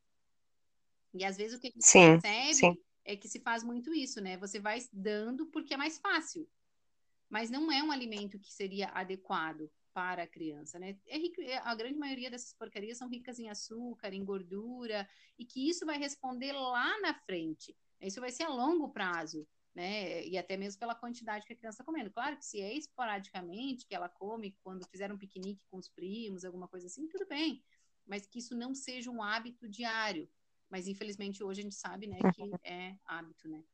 E às vezes o que a gente Sim, sim. percebe é que se faz muito isso, né? Você vai dando porque é mais fácil, mas não é um alimento que seria adequado para a criança, né? É rico, a grande maioria dessas porcarias são ricas em açúcar, em gordura, e que isso vai responder lá na frente. Isso vai ser a longo prazo, né? E até mesmo pela quantidade que a criança está comendo. Claro que se é esporadicamente que ela come quando fizer um piquenique com os primos, alguma coisa assim, tudo bem, mas que isso não seja um hábito diário. Mas infelizmente hoje a gente sabe, né, que é hábito, né,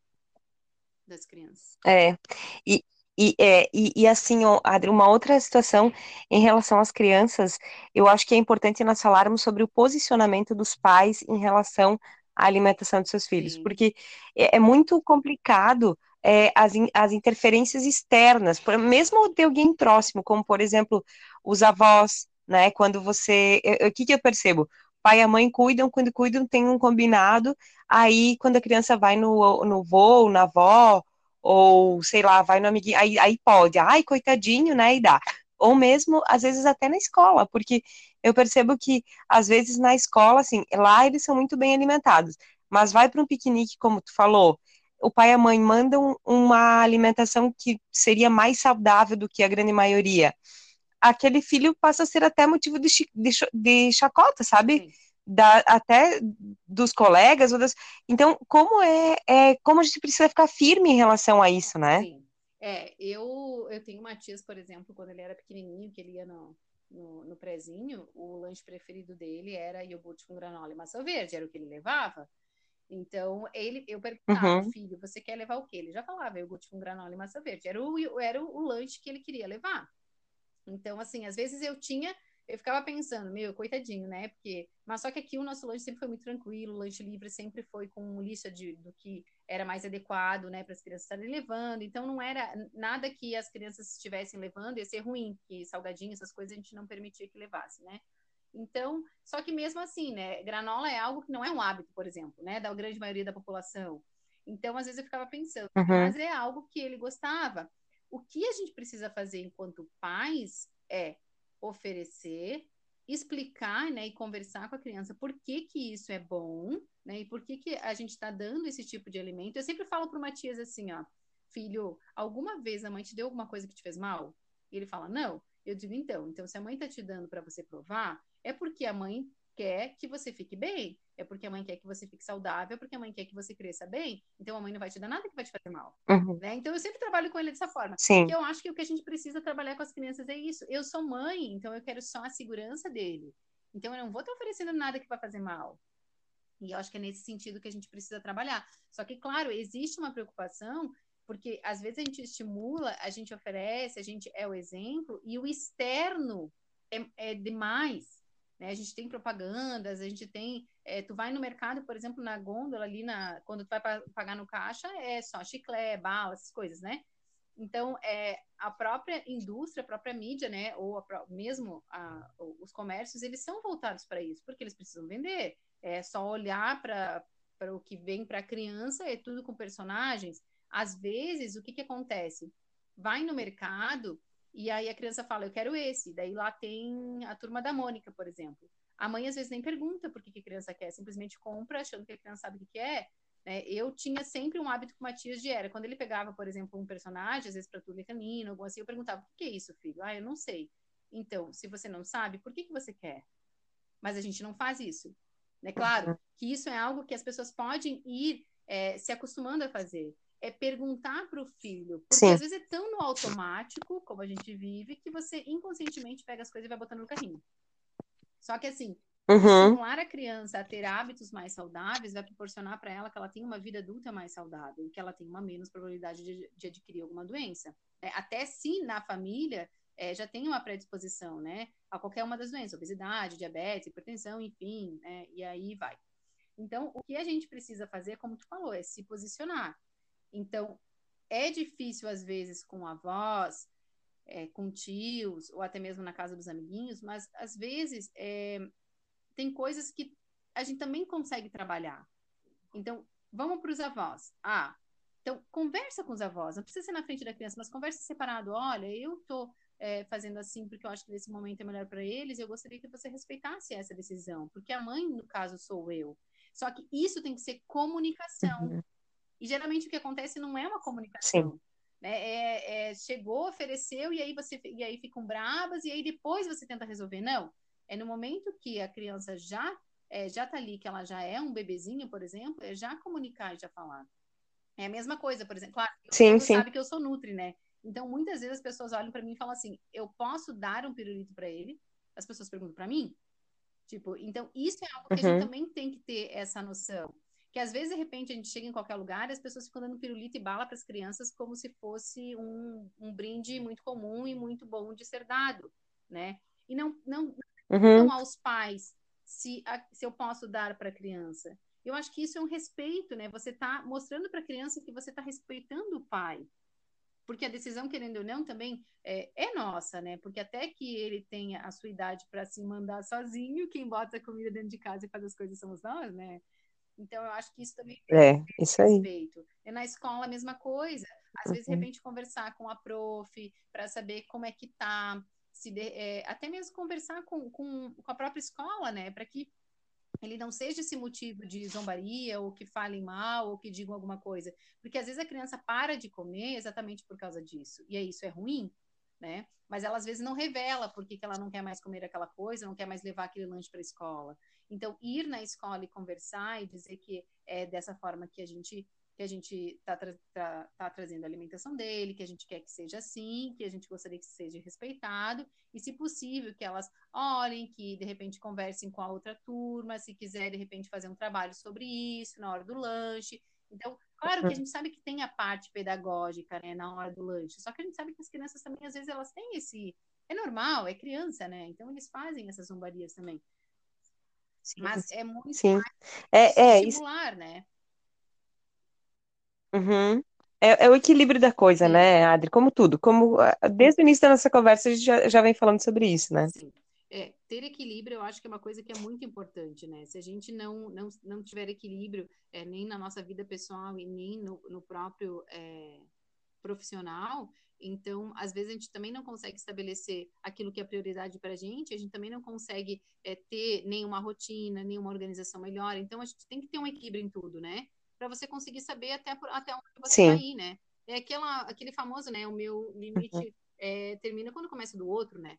das crianças. É. E, e, é, e, e assim, ó, Adri, uma outra situação em relação às crianças, eu acho que é importante nós falarmos sobre o posicionamento dos pais em relação à alimentação de seus filhos, Sim, porque é, é muito complicado é, as, in- as interferências externas, por- mesmo de alguém próximo, como, por exemplo, os avós, né? Quando você. eu- eu- O que que eu percebo? Pai e a mãe cuidam, quando cuidam, tem um combinado, aí quando a criança vai no, no vô, na avó, ou sei lá, vai no amiguinho, aí, aí pode, ai, coitadinho, né, e dá. Ou mesmo, às vezes, até na escola, porque eu percebo que, às vezes, na escola, assim, lá eles são muito bem alimentados, mas vai para um piquenique, como tu falou, o pai e a mãe mandam uma alimentação que seria mais saudável do que a grande maioria. Aquele filho passa a ser até motivo de, chi- de, cho- de chacota, sabe? sim. Da, até dos colegas. Ou das... Então, como é, é, como a gente precisa ficar firme em relação a isso, né? Sim. É, eu, eu tenho o Matias, por exemplo, quando ele era pequenininho, que ele ia no, no, no prezinho, o lanche preferido dele era iogurte com granola e maçã verde, era o que ele levava. Então, ele, eu perguntava, Uhum. filho, você quer levar o quê? Ele já falava, iogurte com granola e massa verde. Era o, era o, o lanche que ele queria levar. Então, assim, às vezes eu tinha, eu ficava pensando, meu, coitadinho, né? Porque, mas só que aqui o nosso lanche sempre foi muito tranquilo, o lanche livre sempre foi com lista de, do que era mais adequado, né, para as crianças estarem levando. Então, não era nada que as crianças estivessem levando ia ser ruim, que salgadinho, essas coisas a gente não permitia que levasse, né? Então, só que mesmo assim, né, granola é algo que não é um hábito, por exemplo, né, da grande maioria da população. Então, às vezes eu ficava pensando, Uhum. mas é algo que ele gostava. O que a gente precisa fazer enquanto pais é oferecer, explicar, né, e conversar com a criança por que que isso é bom, né, e por que que a gente está dando esse tipo de alimento. Eu sempre falo para o Matias assim, ó, filho, alguma vez a mãe te deu alguma coisa que te fez mal? E ele fala, não. Eu digo, então, então se a mãe está te dando para você provar, é porque a mãe quer que você fique bem, é porque a mãe quer que você fique saudável, é porque a mãe quer que você cresça bem, então a mãe não vai te dar nada que vai te fazer mal. Uhum. Né? Então eu sempre trabalho com ele dessa forma, que Sim. eu acho que o que a gente precisa trabalhar com as crianças é isso. Eu sou mãe, então eu quero só a segurança dele. Então eu não vou estar oferecendo nada que vai fazer mal. E eu acho que é nesse sentido que a gente precisa trabalhar. Só que, claro, existe uma preocupação, porque às vezes a gente estimula, a gente oferece, a gente é o exemplo, e o externo é, é demais. Né? A gente tem propagandas, a gente tem. É, tu vai no mercado, por exemplo, na gôndola ali, na, quando tu vai pagar no caixa, é só chiclete, bala, essas coisas, né? Então, é, a própria indústria, a própria mídia, né, ou a, mesmo a, os comércios, eles são voltados para isso, porque eles precisam vender. É só olhar para o que vem para a criança, é tudo com personagens. Às vezes, o que, que acontece? Vai no mercado e aí a criança fala, eu quero esse. Daí lá tem a turma da Mônica, por exemplo. A mãe às vezes nem pergunta por que, que a criança quer, simplesmente compra achando que a criança sabe o que, que é. Né? Eu tinha sempre um hábito com o Matias de era. Quando ele pegava, por exemplo, um personagem, às vezes para Turma Canina, algum assim, eu perguntava, o que é isso, filho? Ah, eu não sei. Então, se você não sabe, por que, que você quer? Mas a gente não faz isso. É claro Uhum. que isso é algo que as pessoas podem ir é, se acostumando a fazer. É perguntar para o filho, porque Sim. às vezes é tão no automático, como a gente vive, que você inconscientemente pega as coisas e vai botando no carrinho. Só que assim, Uhum. estimular a criança a ter hábitos mais saudáveis vai proporcionar para ela que ela tenha uma vida adulta mais saudável, que ela tenha uma menos probabilidade de, de adquirir alguma doença. É, até se na família é, já tem uma predisposição, né, a qualquer uma das doenças, obesidade, diabetes, hipertensão, enfim, né, e aí vai. Então, o que a gente precisa fazer, como tu falou, é se posicionar. Então, é difícil às vezes com avós, é, com tios, ou até mesmo na casa dos amiguinhos, mas às vezes é, tem coisas que a gente também consegue trabalhar. Então, vamos para os avós. Ah, então conversa com os avós. Não precisa ser na frente da criança, mas conversa separado. Olha, eu estou é, fazendo assim porque eu acho que nesse momento é melhor para eles. Eu gostaria que você respeitasse essa decisão, porque a mãe, no caso, sou eu. Só que isso tem que ser comunicação. Uhum. E geralmente o que acontece não é uma Sim. comunicação. Né? É, é, chegou, ofereceu, e aí você e aí ficam bravas, e aí depois você tenta resolver. Não. É no momento que a criança já é, já tá ali, que ela já é um bebezinho, por exemplo, é já comunicar e já falar. É a mesma coisa, por exemplo. Claro, todo Sim, mundo sim. sabe que eu sou nutri, né? Então, muitas vezes as pessoas olham para mim e falam assim: eu posso dar um pirulito para ele? As pessoas perguntam para mim. Tipo, então isso é algo que a gente Uhum. também tem que ter essa noção. Que às vezes, de repente, a gente chega em qualquer lugar e as pessoas ficam dando pirulito e bala para as crianças como se fosse um, um brinde muito comum e muito bom de ser dado, né? E não, não perguntam Uhum. aos pais se, a, se eu posso dar para a criança. Eu acho que isso é um respeito, né? Você está mostrando para a criança que você está respeitando o pai, porque a decisão, querendo ou não, também é, é nossa, né? Porque até que ele tenha a sua idade para se mandar sozinho, quem bota a comida dentro de casa e faz as coisas somos nós, né? Então, eu acho que isso também tem É, isso aí. respeito. E na escola, a mesma coisa. Às vezes, de Uhum. repente, conversar com a prof para saber como é que tá, se de, é, até mesmo conversar com, com, com a própria escola, né? Para que ele não seja esse motivo de zombaria, ou que falem mal, ou que digam alguma coisa. Porque às vezes a criança para de comer exatamente por causa disso. E aí isso é ruim, né? Mas ela às vezes não revela porque que ela não quer mais comer aquela coisa, não quer mais levar aquele lanche para a escola. Então, ir na escola e conversar e dizer que é dessa forma que a gente que a gente está tra tra tá trazendo a alimentação dele, que a gente quer que seja assim, que a gente gostaria que seja respeitado, e se possível que elas olhem, que de repente conversem com a outra turma, se quiser de repente fazer um trabalho sobre isso na hora do lanche. Então, claro que a Uhum. gente sabe que tem a parte pedagógica, né, na hora do lanche, só que a gente sabe que as crianças também, às vezes, elas têm esse... É normal, é criança, né? Então, eles fazem essas zombarias também. Sim, Mas é muito sim. mais É, é, isso. estimular, né? Uhum. É, é o equilíbrio da coisa, Sim, né, Adri? Como tudo. Como ah, desde o início da nossa conversa a gente já, já vem falando sobre isso, né? sim. É, ter equilíbrio eu acho que é uma coisa que é muito importante, né? Se a gente não, não, não tiver equilíbrio, é, nem na nossa vida pessoal e nem no, no próprio é, profissional, então, às vezes, a gente também não consegue estabelecer aquilo que é prioridade para a gente, a gente também não consegue é, ter nenhuma rotina, nenhuma organização melhor. Então, a gente tem que ter um equilíbrio em tudo, né? Para você conseguir saber até, por, até onde você vai Sim. ir, né? É aquela, aquele famoso, né? O meu Uhum. limite é, termina quando começa do outro, né?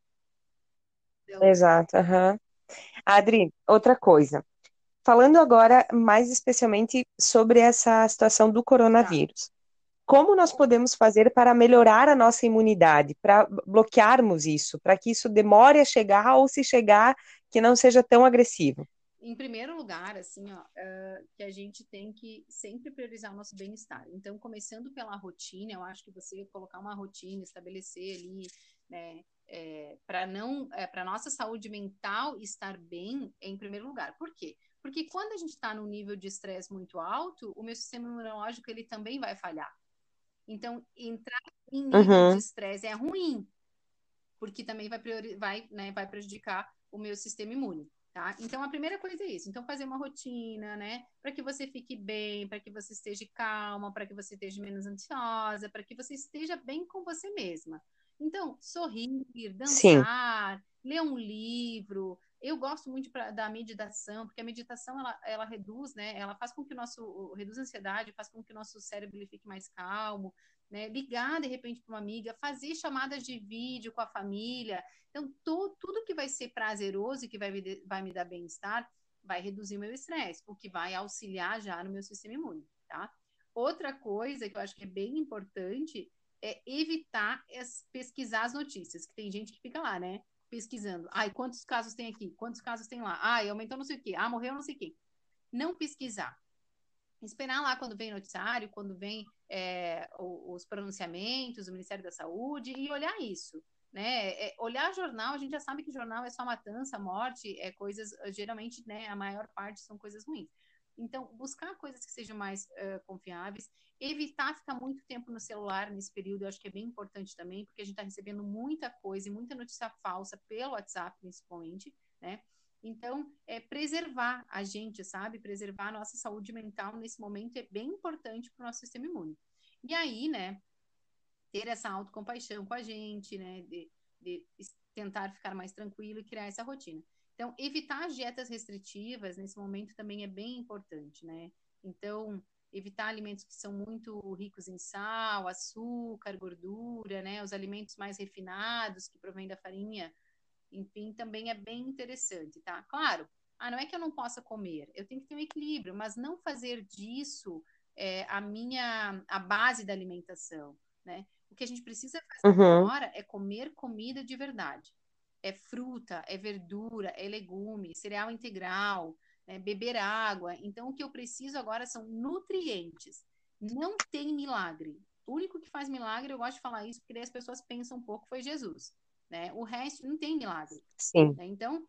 Então, Exato. Aham. Adri, outra coisa. Falando agora mais especialmente sobre essa situação do tá. coronavírus. Como nós podemos fazer para melhorar a nossa imunidade, para bloquearmos isso, para que isso demore a chegar ou se chegar, que não seja tão agressivo? Em primeiro lugar, assim, ó, uh, que a gente tem que sempre priorizar o nosso bem-estar. Então, começando pela rotina, eu acho que você colocar uma rotina, estabelecer ali, né, é, para não, é, para nossa saúde mental estar bem, é em primeiro lugar. Por quê? Porque quando a gente está num nível de estresse muito alto, o meu sistema imunológico ele também vai falhar. Então, entrar em nível de Uhum. estresse é ruim, porque também vai, priori vai, né, vai prejudicar o meu sistema imune. Tá? Então, a primeira coisa é isso. Então, fazer uma rotina, né? Para que você fique bem, para que você esteja calma, para que você esteja menos ansiosa, para que você esteja bem com você mesma. Então, sorrir, Sim. dançar, ler um livro. Eu gosto muito pra, da meditação, porque a meditação ela, ela reduz, né? Ela faz com que o nosso reduz a ansiedade, faz com que o nosso cérebro ele fique mais calmo, né? Ligar de repente para uma amiga, fazer chamadas de vídeo com a família. Então, to, tudo que vai ser prazeroso e que vai me, vai me dar bem-estar vai reduzir o meu estresse, o que vai auxiliar já no meu sistema imune, tá? Outra coisa que eu acho que é bem importante é evitar es, pesquisar as notícias, que tem gente que fica lá, né? Pesquisando. Ai, quantos casos tem aqui? Quantos casos tem lá? Ai, aumentou não sei o quê. Ah, morreu não sei o quê. Não pesquisar, esperar lá quando vem noticiário, quando vem é, os pronunciamentos do Ministério da Saúde e olhar isso. Né? É, olhar jornal, a gente já sabe que jornal é só matança, morte, é coisas, geralmente, né, a maior parte são coisas ruins. Então, buscar coisas que sejam mais uh, confiáveis, evitar ficar muito tempo no celular nesse período, eu acho que é bem importante também, porque a gente está recebendo muita coisa e muita notícia falsa pelo WhatsApp, principalmente, né? Então, é preservar a gente, sabe? Preservar a nossa saúde mental nesse momento é bem importante para o nosso sistema imune. E aí, né, ter essa autocompaixão com a gente, né, de, de tentar ficar mais tranquilo e criar essa rotina. Então, evitar as dietas restritivas nesse momento também é bem importante, né? Então, evitar alimentos que são muito ricos em sal, açúcar, gordura, né? Os alimentos mais refinados que provêm da farinha, enfim, também é bem interessante, tá? Claro, ah, não é que eu não possa comer, eu tenho que ter um equilíbrio, mas não fazer disso é, a minha, a base da alimentação, né? O que a gente precisa fazer Uhum. agora é comer comida de verdade. É fruta, é verdura, é legume, cereal integral, né? Beber água. Então, o que eu preciso agora são nutrientes. Não tem milagre. O único que faz milagre, eu gosto de falar isso, porque daí as pessoas pensam um pouco, foi Jesus, né? O resto não tem milagre, Sim. né? Então,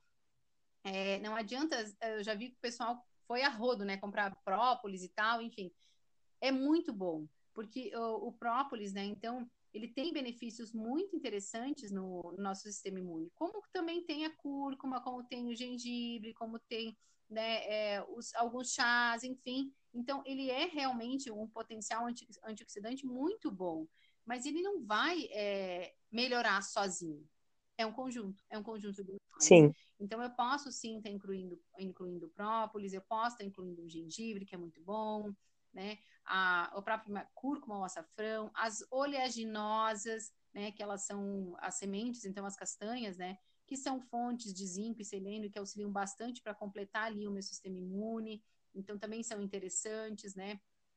é, não adianta, eu já vi que o pessoal foi a rodo, né? Comprar própolis e tal, enfim. É muito bom, porque o, o própolis, né? Então, ele tem benefícios muito interessantes no, no nosso sistema imune, como também tem a cúrcuma, como tem o gengibre, como tem, né, é, os, alguns chás, enfim. Então, ele é realmente um potencial anti, antioxidante muito bom, mas ele não vai é, melhorar sozinho. É um conjunto, é um conjunto de ações. Sim. Então, eu posso sim estar incluindo, incluindo própolis, eu posso estar incluindo o gengibre, que é muito bom, né? A, o próprio cúrcuma, o açafrão, as oleaginosas, né? Que elas são as sementes, então as castanhas, né? Que são fontes de zinco e selênio que auxiliam bastante para completar ali o meu sistema imune. Então, também são interessantes, né?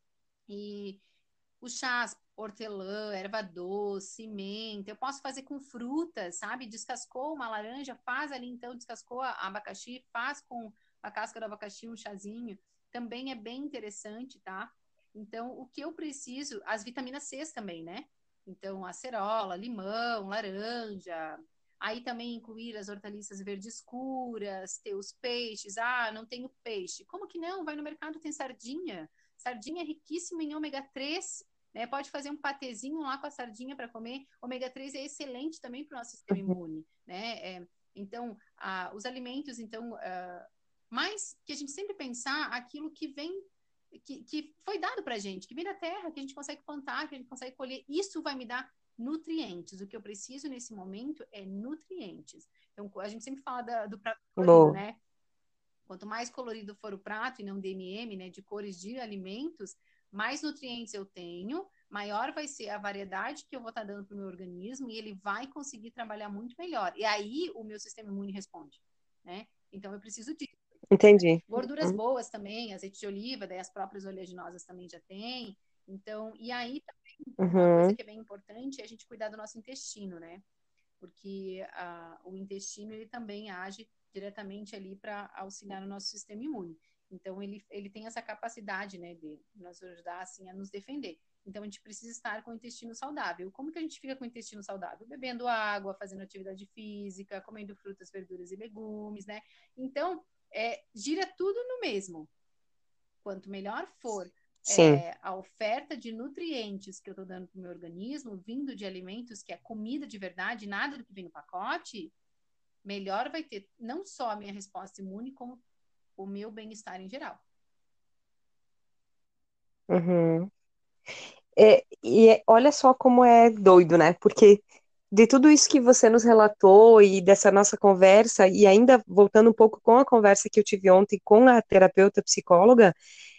E os chás, hortelã, erva doce, menta, eu posso fazer com frutas, sabe? Descascou uma laranja, faz ali então, descascou a abacaxi, faz com a casca do abacaxi um chazinho, também é bem interessante, tá? Então, o que eu preciso, as vitaminas C também, né? Então, acerola, limão, laranja, aí também incluir as hortaliças verdes escuras, ter os peixes, ah, não tenho peixe. Como que não? Vai no mercado, tem sardinha. Sardinha é riquíssima em ômega três, né? Pode fazer um patezinho lá com a sardinha para comer. Ômega três é excelente também para o nosso sistema Uhum. imune, né? É, então, ah, os alimentos, então, ah, mais que a gente sempre pensar aquilo que vem, que, que foi dado para a gente, que vem da terra, que a gente consegue plantar, que a gente consegue colher. Isso vai me dar nutrientes. O que eu preciso nesse momento é nutrientes. Então, a gente sempre fala da, do prato colorido, Boa. né? Quanto mais colorido for o prato, e não D M M, né, de cores de alimentos, mais nutrientes eu tenho, maior vai ser a variedade que eu vou estar dando para o meu organismo e ele vai conseguir trabalhar muito melhor. E aí o meu sistema imune responde, né? Então eu preciso disso. Entendi. Gorduras Uhum. boas também, azeite de oliva, daí as próprias oleaginosas também já tem. Então, e aí também uma coisa Uhum. que é bem importante é a gente cuidar do nosso intestino, né? Porque a, o intestino ele também age diretamente ali para auxiliar no nosso sistema imune. Então ele, ele tem essa capacidade, né, de nos ajudar assim a nos defender. Então a gente precisa estar com o intestino saudável. Como que a gente fica com o intestino saudável? Bebendo água, fazendo atividade física, comendo frutas, verduras e legumes, né? Então é, gira tudo no mesmo. Quanto melhor for Sim. é, a oferta de nutrientes que eu estou dando para o meu organismo, vindo de alimentos que é comida de verdade, nada do que vem no pacote, melhor vai ter não só a minha resposta imune, como o meu bem-estar em geral. Uhum. É, e é- olha só como é doido, né? Porque de tudo isso que você nos relatou e dessa nossa conversa, e ainda voltando um pouco com a conversa que eu tive ontem com a terapeuta psicóloga,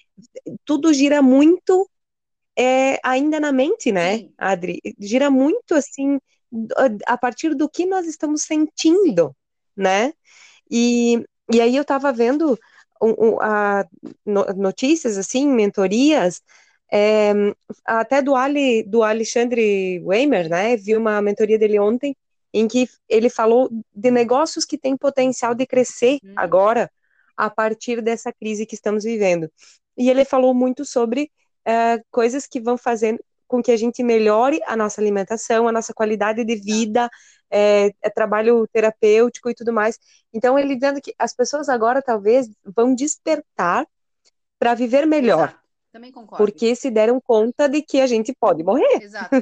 tudo gira muito é, ainda na mente, né, Sim, Adri? Gira muito assim a partir do que nós estamos sim. sentindo, né? E, e aí eu estava vendo um, um, a, no, notícias, assim, mentorias, é, até do, Ali, do Alexandre Weimer, Sim. né? Vi uma mentoria dele ontem, em que ele falou de negócios que têm potencial de crescer Uhum. agora, a partir dessa crise que estamos vivendo. E ele falou muito sobre é, coisas que vão fazer com que a gente melhore a nossa alimentação, a nossa qualidade de Exato. vida, é, é trabalho terapêutico e tudo mais. Então, ele dizendo que as pessoas agora talvez vão despertar para viver melhor, Exato. Também concordo. porque se deram conta de que a gente pode morrer, Exato.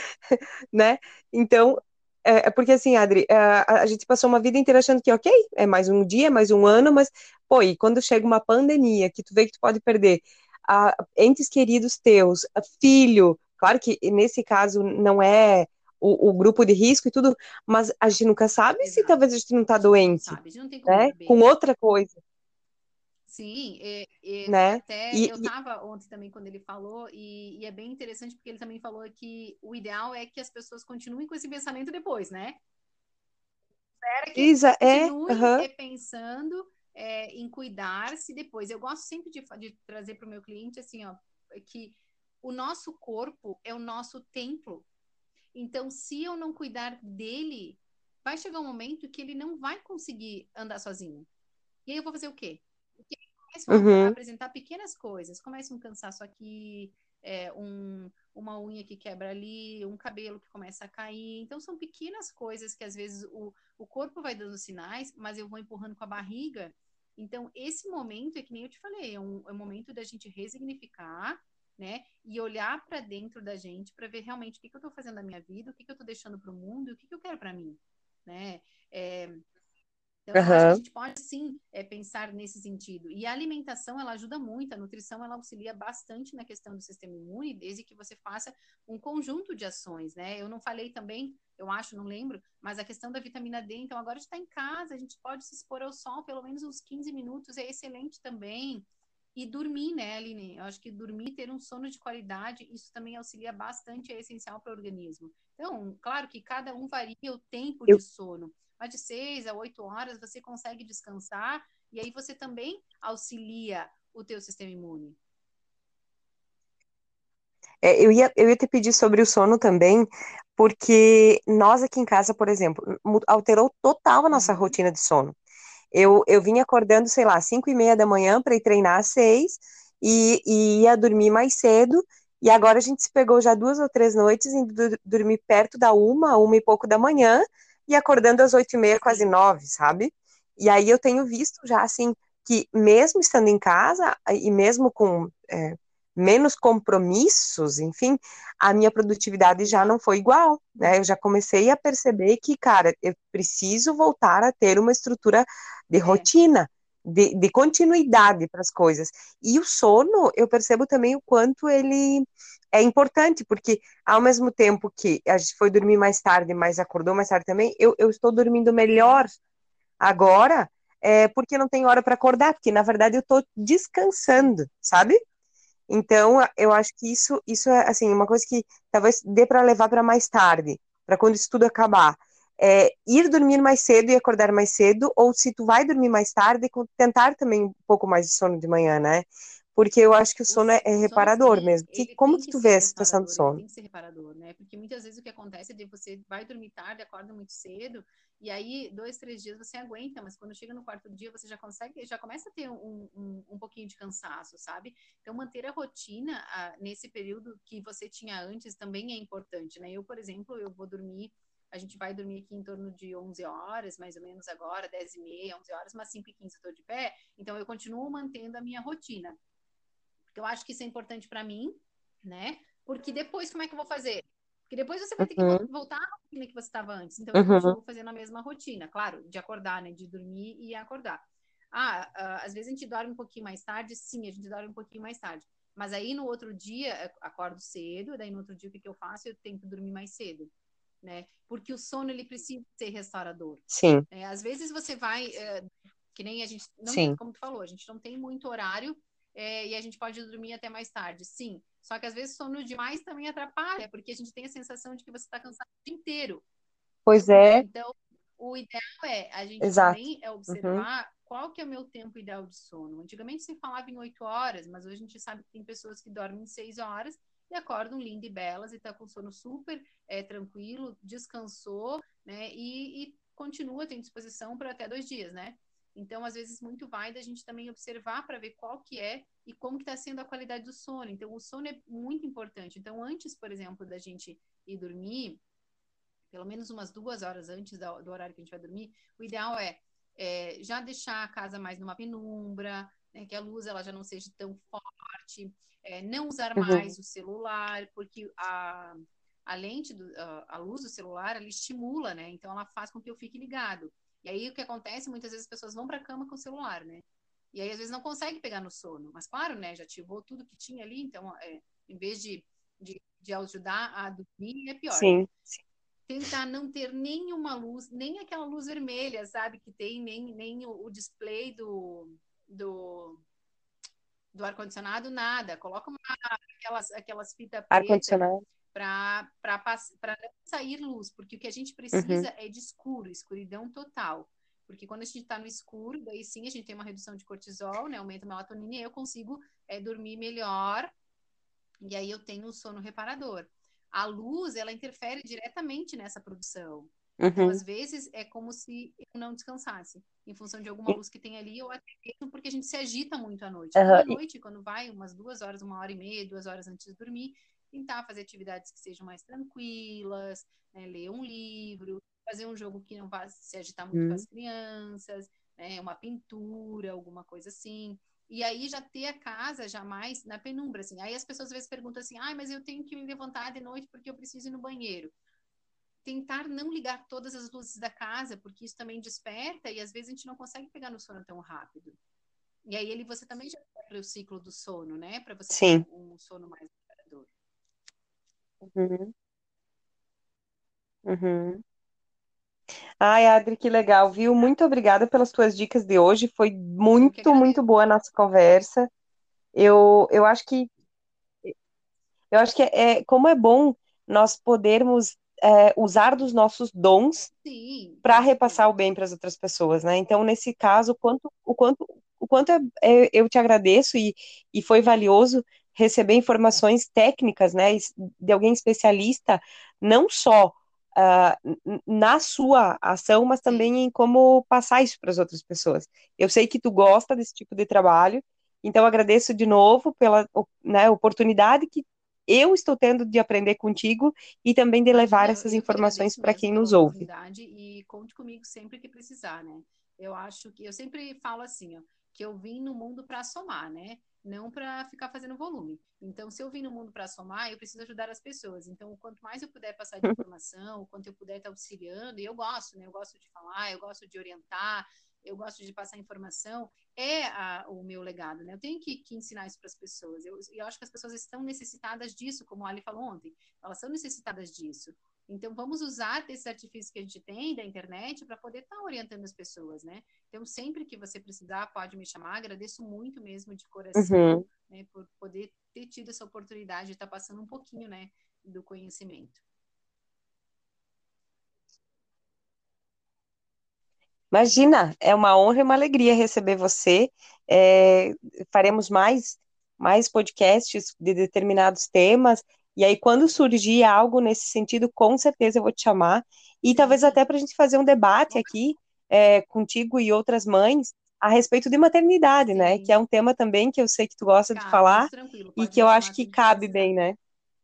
né? Então, é, é porque assim, Adri, é, a, a gente passou uma vida inteira achando que, ok, é mais um dia, mais um ano, mas, pô, e quando chega uma pandemia, que tu vê que tu pode perder a, entes queridos teus, a filho, claro que nesse caso não é o, o grupo de risco e tudo, mas a gente nunca sabe se Exato. talvez a gente não A tá gente não doente, sabe, a gente não tem como né? saber. Com outra coisa, Sim, e, e né? até E, eu e estava ontem também quando ele falou, e, e é bem interessante porque ele também falou que o ideal é que as pessoas continuem com esse pensamento depois, né? Espera que eles Isa é, continuem aham, é, pensando é, em cuidar-se depois. Eu gosto sempre de, de trazer para o meu cliente assim, ó, que o nosso corpo é o nosso templo. Então, se eu não cuidar dele, vai chegar um momento que ele não vai conseguir andar sozinho. E aí eu vou fazer o quê? Porque começam a uhum, apresentar pequenas coisas, começa um cansaço aqui, é, um, uma unha que quebra ali, um cabelo que começa a cair. Então, são pequenas coisas que às vezes o, o corpo vai dando sinais, mas eu vou empurrando com a barriga. Então, esse momento é que nem eu te falei, é um, é um momento da gente resignificar, né? E olhar para dentro da gente para ver realmente o que, que eu estou fazendo na minha vida, o que, que eu estou deixando para o mundo e o que, que eu quero para mim, né? É, então, eu acho que a aham. gente pode sim é, pensar nesse sentido. E a alimentação, ela ajuda muito, a nutrição, ela auxilia bastante na questão do sistema imune, desde que você faça um conjunto de ações, né? Eu não falei também, eu acho, não lembro, mas a questão da vitamina D, então agora está em casa, a gente pode se expor ao sol pelo menos uns quinze minutos, é excelente também. E dormir, né, Aline? Eu acho que dormir, ter um sono de qualidade, isso também auxilia bastante, é essencial para o organismo. Então, claro que cada um varia o tempo de Eu, sono, mas de seis a oito horas você consegue descansar e aí você também auxilia o teu sistema imune. É, eu ia, eu ia te pedir sobre o sono também, porque nós aqui em casa, por exemplo, mu- alterou total a nossa Uhum. rotina de sono. Eu, eu vinha acordando, sei lá, cinco e meia da manhã para ir treinar às seis e, e ia dormir mais cedo. E agora a gente se pegou já duas ou três noites indo dur- dormir perto da uma, uma e pouco da manhã e acordando às oito e meia, quase Sim, nove, sabe? E aí eu tenho visto já, assim, que mesmo estando em casa e mesmo com é, menos compromissos, enfim, a minha produtividade já exato. não foi igual, né? Eu já comecei a perceber que, cara, eu preciso voltar a ter uma estrutura de É, rotina, de, de continuidade para as coisas. E o sono, eu percebo também o quanto ele é importante, porque ao mesmo tempo que a gente foi dormir mais tarde, mas acordou mais tarde também, eu, eu estou dormindo uhum. melhor agora, é, porque não tem hora para acordar, porque na verdade eu estou Sim. descansando, sabe? Então, eu acho que isso, isso é assim uma coisa que talvez dê para levar para mais tarde, para quando isso tudo acabar. É, ir dormir mais cedo e acordar mais cedo, ou se tu vai dormir mais tarde, co- tentar também um pouco mais de sono de manhã, né? Porque eu acho que o O, sono é, s- é o sono, reparador sim, mesmo. Que, ele como tem que que tu ser vê a situação do restaurador, ele sono? tem que ser reparador, né? Porque muitas vezes o que acontece é de você vai dormir tarde, acorda muito cedo, e aí dois, três dias você aguenta, mas quando chega no quarto dia você já consegue, já começa a ter um, um, um pouquinho de cansaço, sabe? Então manter a rotina ah, nesse período que você tinha antes também é importante, né? Eu, por exemplo, eu vou dormir, a gente vai dormir aqui em torno de onze horas, mais ou menos agora, dez e meia, onze horas, mas cinco e quinze eu estou de pé, então eu continuo mantendo a minha rotina. Eu acho que isso é importante para mim, né? Porque depois, como é que eu vou fazer? Porque depois você vai ter que Uhum, voltar à rotina que você estava antes. Então, eu uhum, continuo fazendo a mesma rotina, claro, de acordar, né? De dormir e acordar. Ah, ah, às vezes a gente dorme um pouquinho mais tarde, sim, a gente dorme um pouquinho mais tarde. Mas aí no outro dia, acordo cedo, daí no outro dia o que, que eu faço? Eu tento dormir mais cedo, né? Porque o sono, ele precisa ser restaurador. sim, É, às vezes você vai, é, que nem a gente, não, sim. como tu falou, a gente não tem muito horário é, e a gente pode dormir até mais tarde, sim. Só que às vezes sono demais também atrapalha, porque a gente tem a sensação de que você está cansado o dia inteiro, Pois né? é, Então, o ideal é a gente exato. também é Uhum, observar qual que é o meu tempo ideal de sono. Antigamente se falava em oito horas, mas hoje a gente sabe que tem pessoas que dormem seis horas e acordam lindas e belas e tá com sono super é, tranquilo, descansou, né? E, e continua, tem disposição para até dois dias, né? Então, às vezes, muito vai da gente também observar para ver qual que é e como que está sendo a qualidade do sono. Então, o sono é muito importante. Então, antes, por exemplo, da gente ir dormir, pelo menos umas duas horas antes do, do horário que a gente vai dormir, o ideal é, é já deixar a casa mais numa penumbra, né, que a luz ela já não seja tão forte, é, não usar uhum. mais o celular, porque a, a lente, do, a, a luz do celular, ela estimula, né? Então ela faz com que eu fique ligado. E aí o que acontece, muitas vezes as pessoas vão para a cama com o celular, né? E aí às vezes não consegue pegar no sono. Mas claro, né? Já ativou tudo que tinha ali, então é, em vez de, de, de ajudar a dormir, é pior. Sim, Tentar não ter nenhuma luz, nem aquela luz vermelha, sabe, que tem, nem, nem o, o display do, do, do ar-condicionado, nada. Coloca uma, aquelas, aquelas fitas preta ar-condicionado. para não sair luz, porque o que a gente precisa Uhum, é de escuro, escuridão total. Porque quando a gente está no escuro, daí sim a gente tem uma redução de cortisol, né? Aumenta a melatonina e eu consigo é, dormir melhor e aí eu tenho um sono reparador. A luz, ela interfere diretamente nessa produção. Então, às uhum. vezes, é como se eu não descansasse, em função de alguma E, luz que tem ali, ou até mesmo porque a gente se agita muito à noite. Então, aham, à e- noite, quando vai umas duas horas, uma hora e meia, duas horas antes de dormir, tentar fazer atividades que sejam mais tranquilas, né? Ler um livro, fazer um jogo que não vá se agitar muito com as uhum. crianças, né? Uma pintura, alguma coisa assim. E aí já ter a casa jamais na penumbra, assim. Aí as pessoas às vezes perguntam assim, ai, mas eu tenho que me levantar de noite porque eu preciso ir no banheiro. Tentar não ligar todas as luzes da casa, porque isso também desperta e às vezes a gente não consegue pegar no sono tão rápido. E aí ele você também já para o ciclo do sono, né? Para você ter Sim. um, um sono mais reparador. Uhum, uhum. Ai, Adri, que legal, viu? Muito obrigada pelas tuas dicas de hoje. Foi Eu que muito, muito agradeço. boa a nossa conversa. Eu, eu acho que eu acho que é, é- como é bom nós podermos é, usar dos nossos dons Sim, para com repassar certeza. o bem para as outras pessoas, né? Então, nesse caso, o quanto, o quanto, o quanto é- é- eu te agradeço e, e foi valioso receber informações técnicas, né, de alguém especialista, não só uh, na sua ação, mas Sim. também em como passar isso para as outras pessoas. Eu sei que tu gosta desse tipo de trabalho, então agradeço de novo pela, né, oportunidade que eu estou tendo de aprender contigo e também de levar Imagina, eu, essas eu que informações agradeço para mesmo quem pela nos ouve. oportunidade e conte comigo sempre que precisar, né? Eu acho que eu sempre falo assim, ó, que eu vim no mundo para somar, né? Não para ficar fazendo volume. Então, se eu vim no mundo para somar, eu preciso ajudar as pessoas. Então, quanto mais eu puder passar de informação, o quanto eu puder estar auxiliando, e eu gosto, né? Eu gosto de falar, eu gosto de orientar, eu gosto de passar informação, é a, o meu legado, né? Eu tenho que, que ensinar isso para as pessoas. Eu, eu acho que as pessoas estão necessitadas disso, como a Ali falou ontem. Elas são necessitadas disso. Então, vamos usar esses artifícios que a gente tem da internet para poder estar tá orientando as pessoas, né? Então, sempre que você precisar, pode me chamar. Agradeço muito mesmo de coração, Uhum. né, por poder ter tido essa oportunidade de estar tá passando um pouquinho, né, do conhecimento. Imagina, é uma honra e uma alegria receber você. É, faremos mais, mais podcasts de determinados temas. E aí, quando surgir algo nesse sentido, com certeza eu vou te chamar. E talvez Sim, até para a gente fazer um debate aqui, é, contigo e outras mães a respeito de maternidade, né? Que sim. é um tema também que eu sei que tu gosta de Cara, muito falar tranquilo. e Pode que me eu acho chamar que sempre que cabe precisar. bem, né?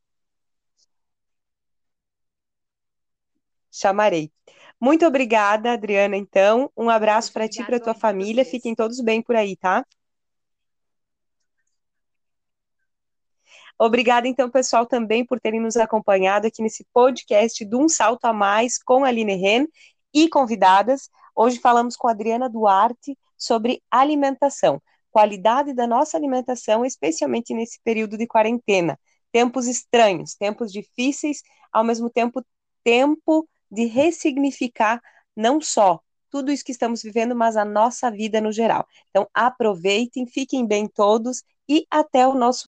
Chamarei. Muito obrigada, Adriana, então. Um abraço Outro, para ti e obrigada para tua igualmente para família. Fiquem vocês. todos bem por aí, tá? Obrigada, então, pessoal, também por terem nos acompanhado aqui nesse podcast de Um Salto a Mais com a Aline Ren e convidadas. Hoje falamos com a Adriana Duarte sobre alimentação, qualidade da nossa alimentação, especialmente nesse período de quarentena. Tempos estranhos, tempos difíceis, ao mesmo tempo, tempo de ressignificar não só tudo isso que estamos vivendo, mas a nossa vida no geral. Então, aproveitem, fiquem bem todos e até o nosso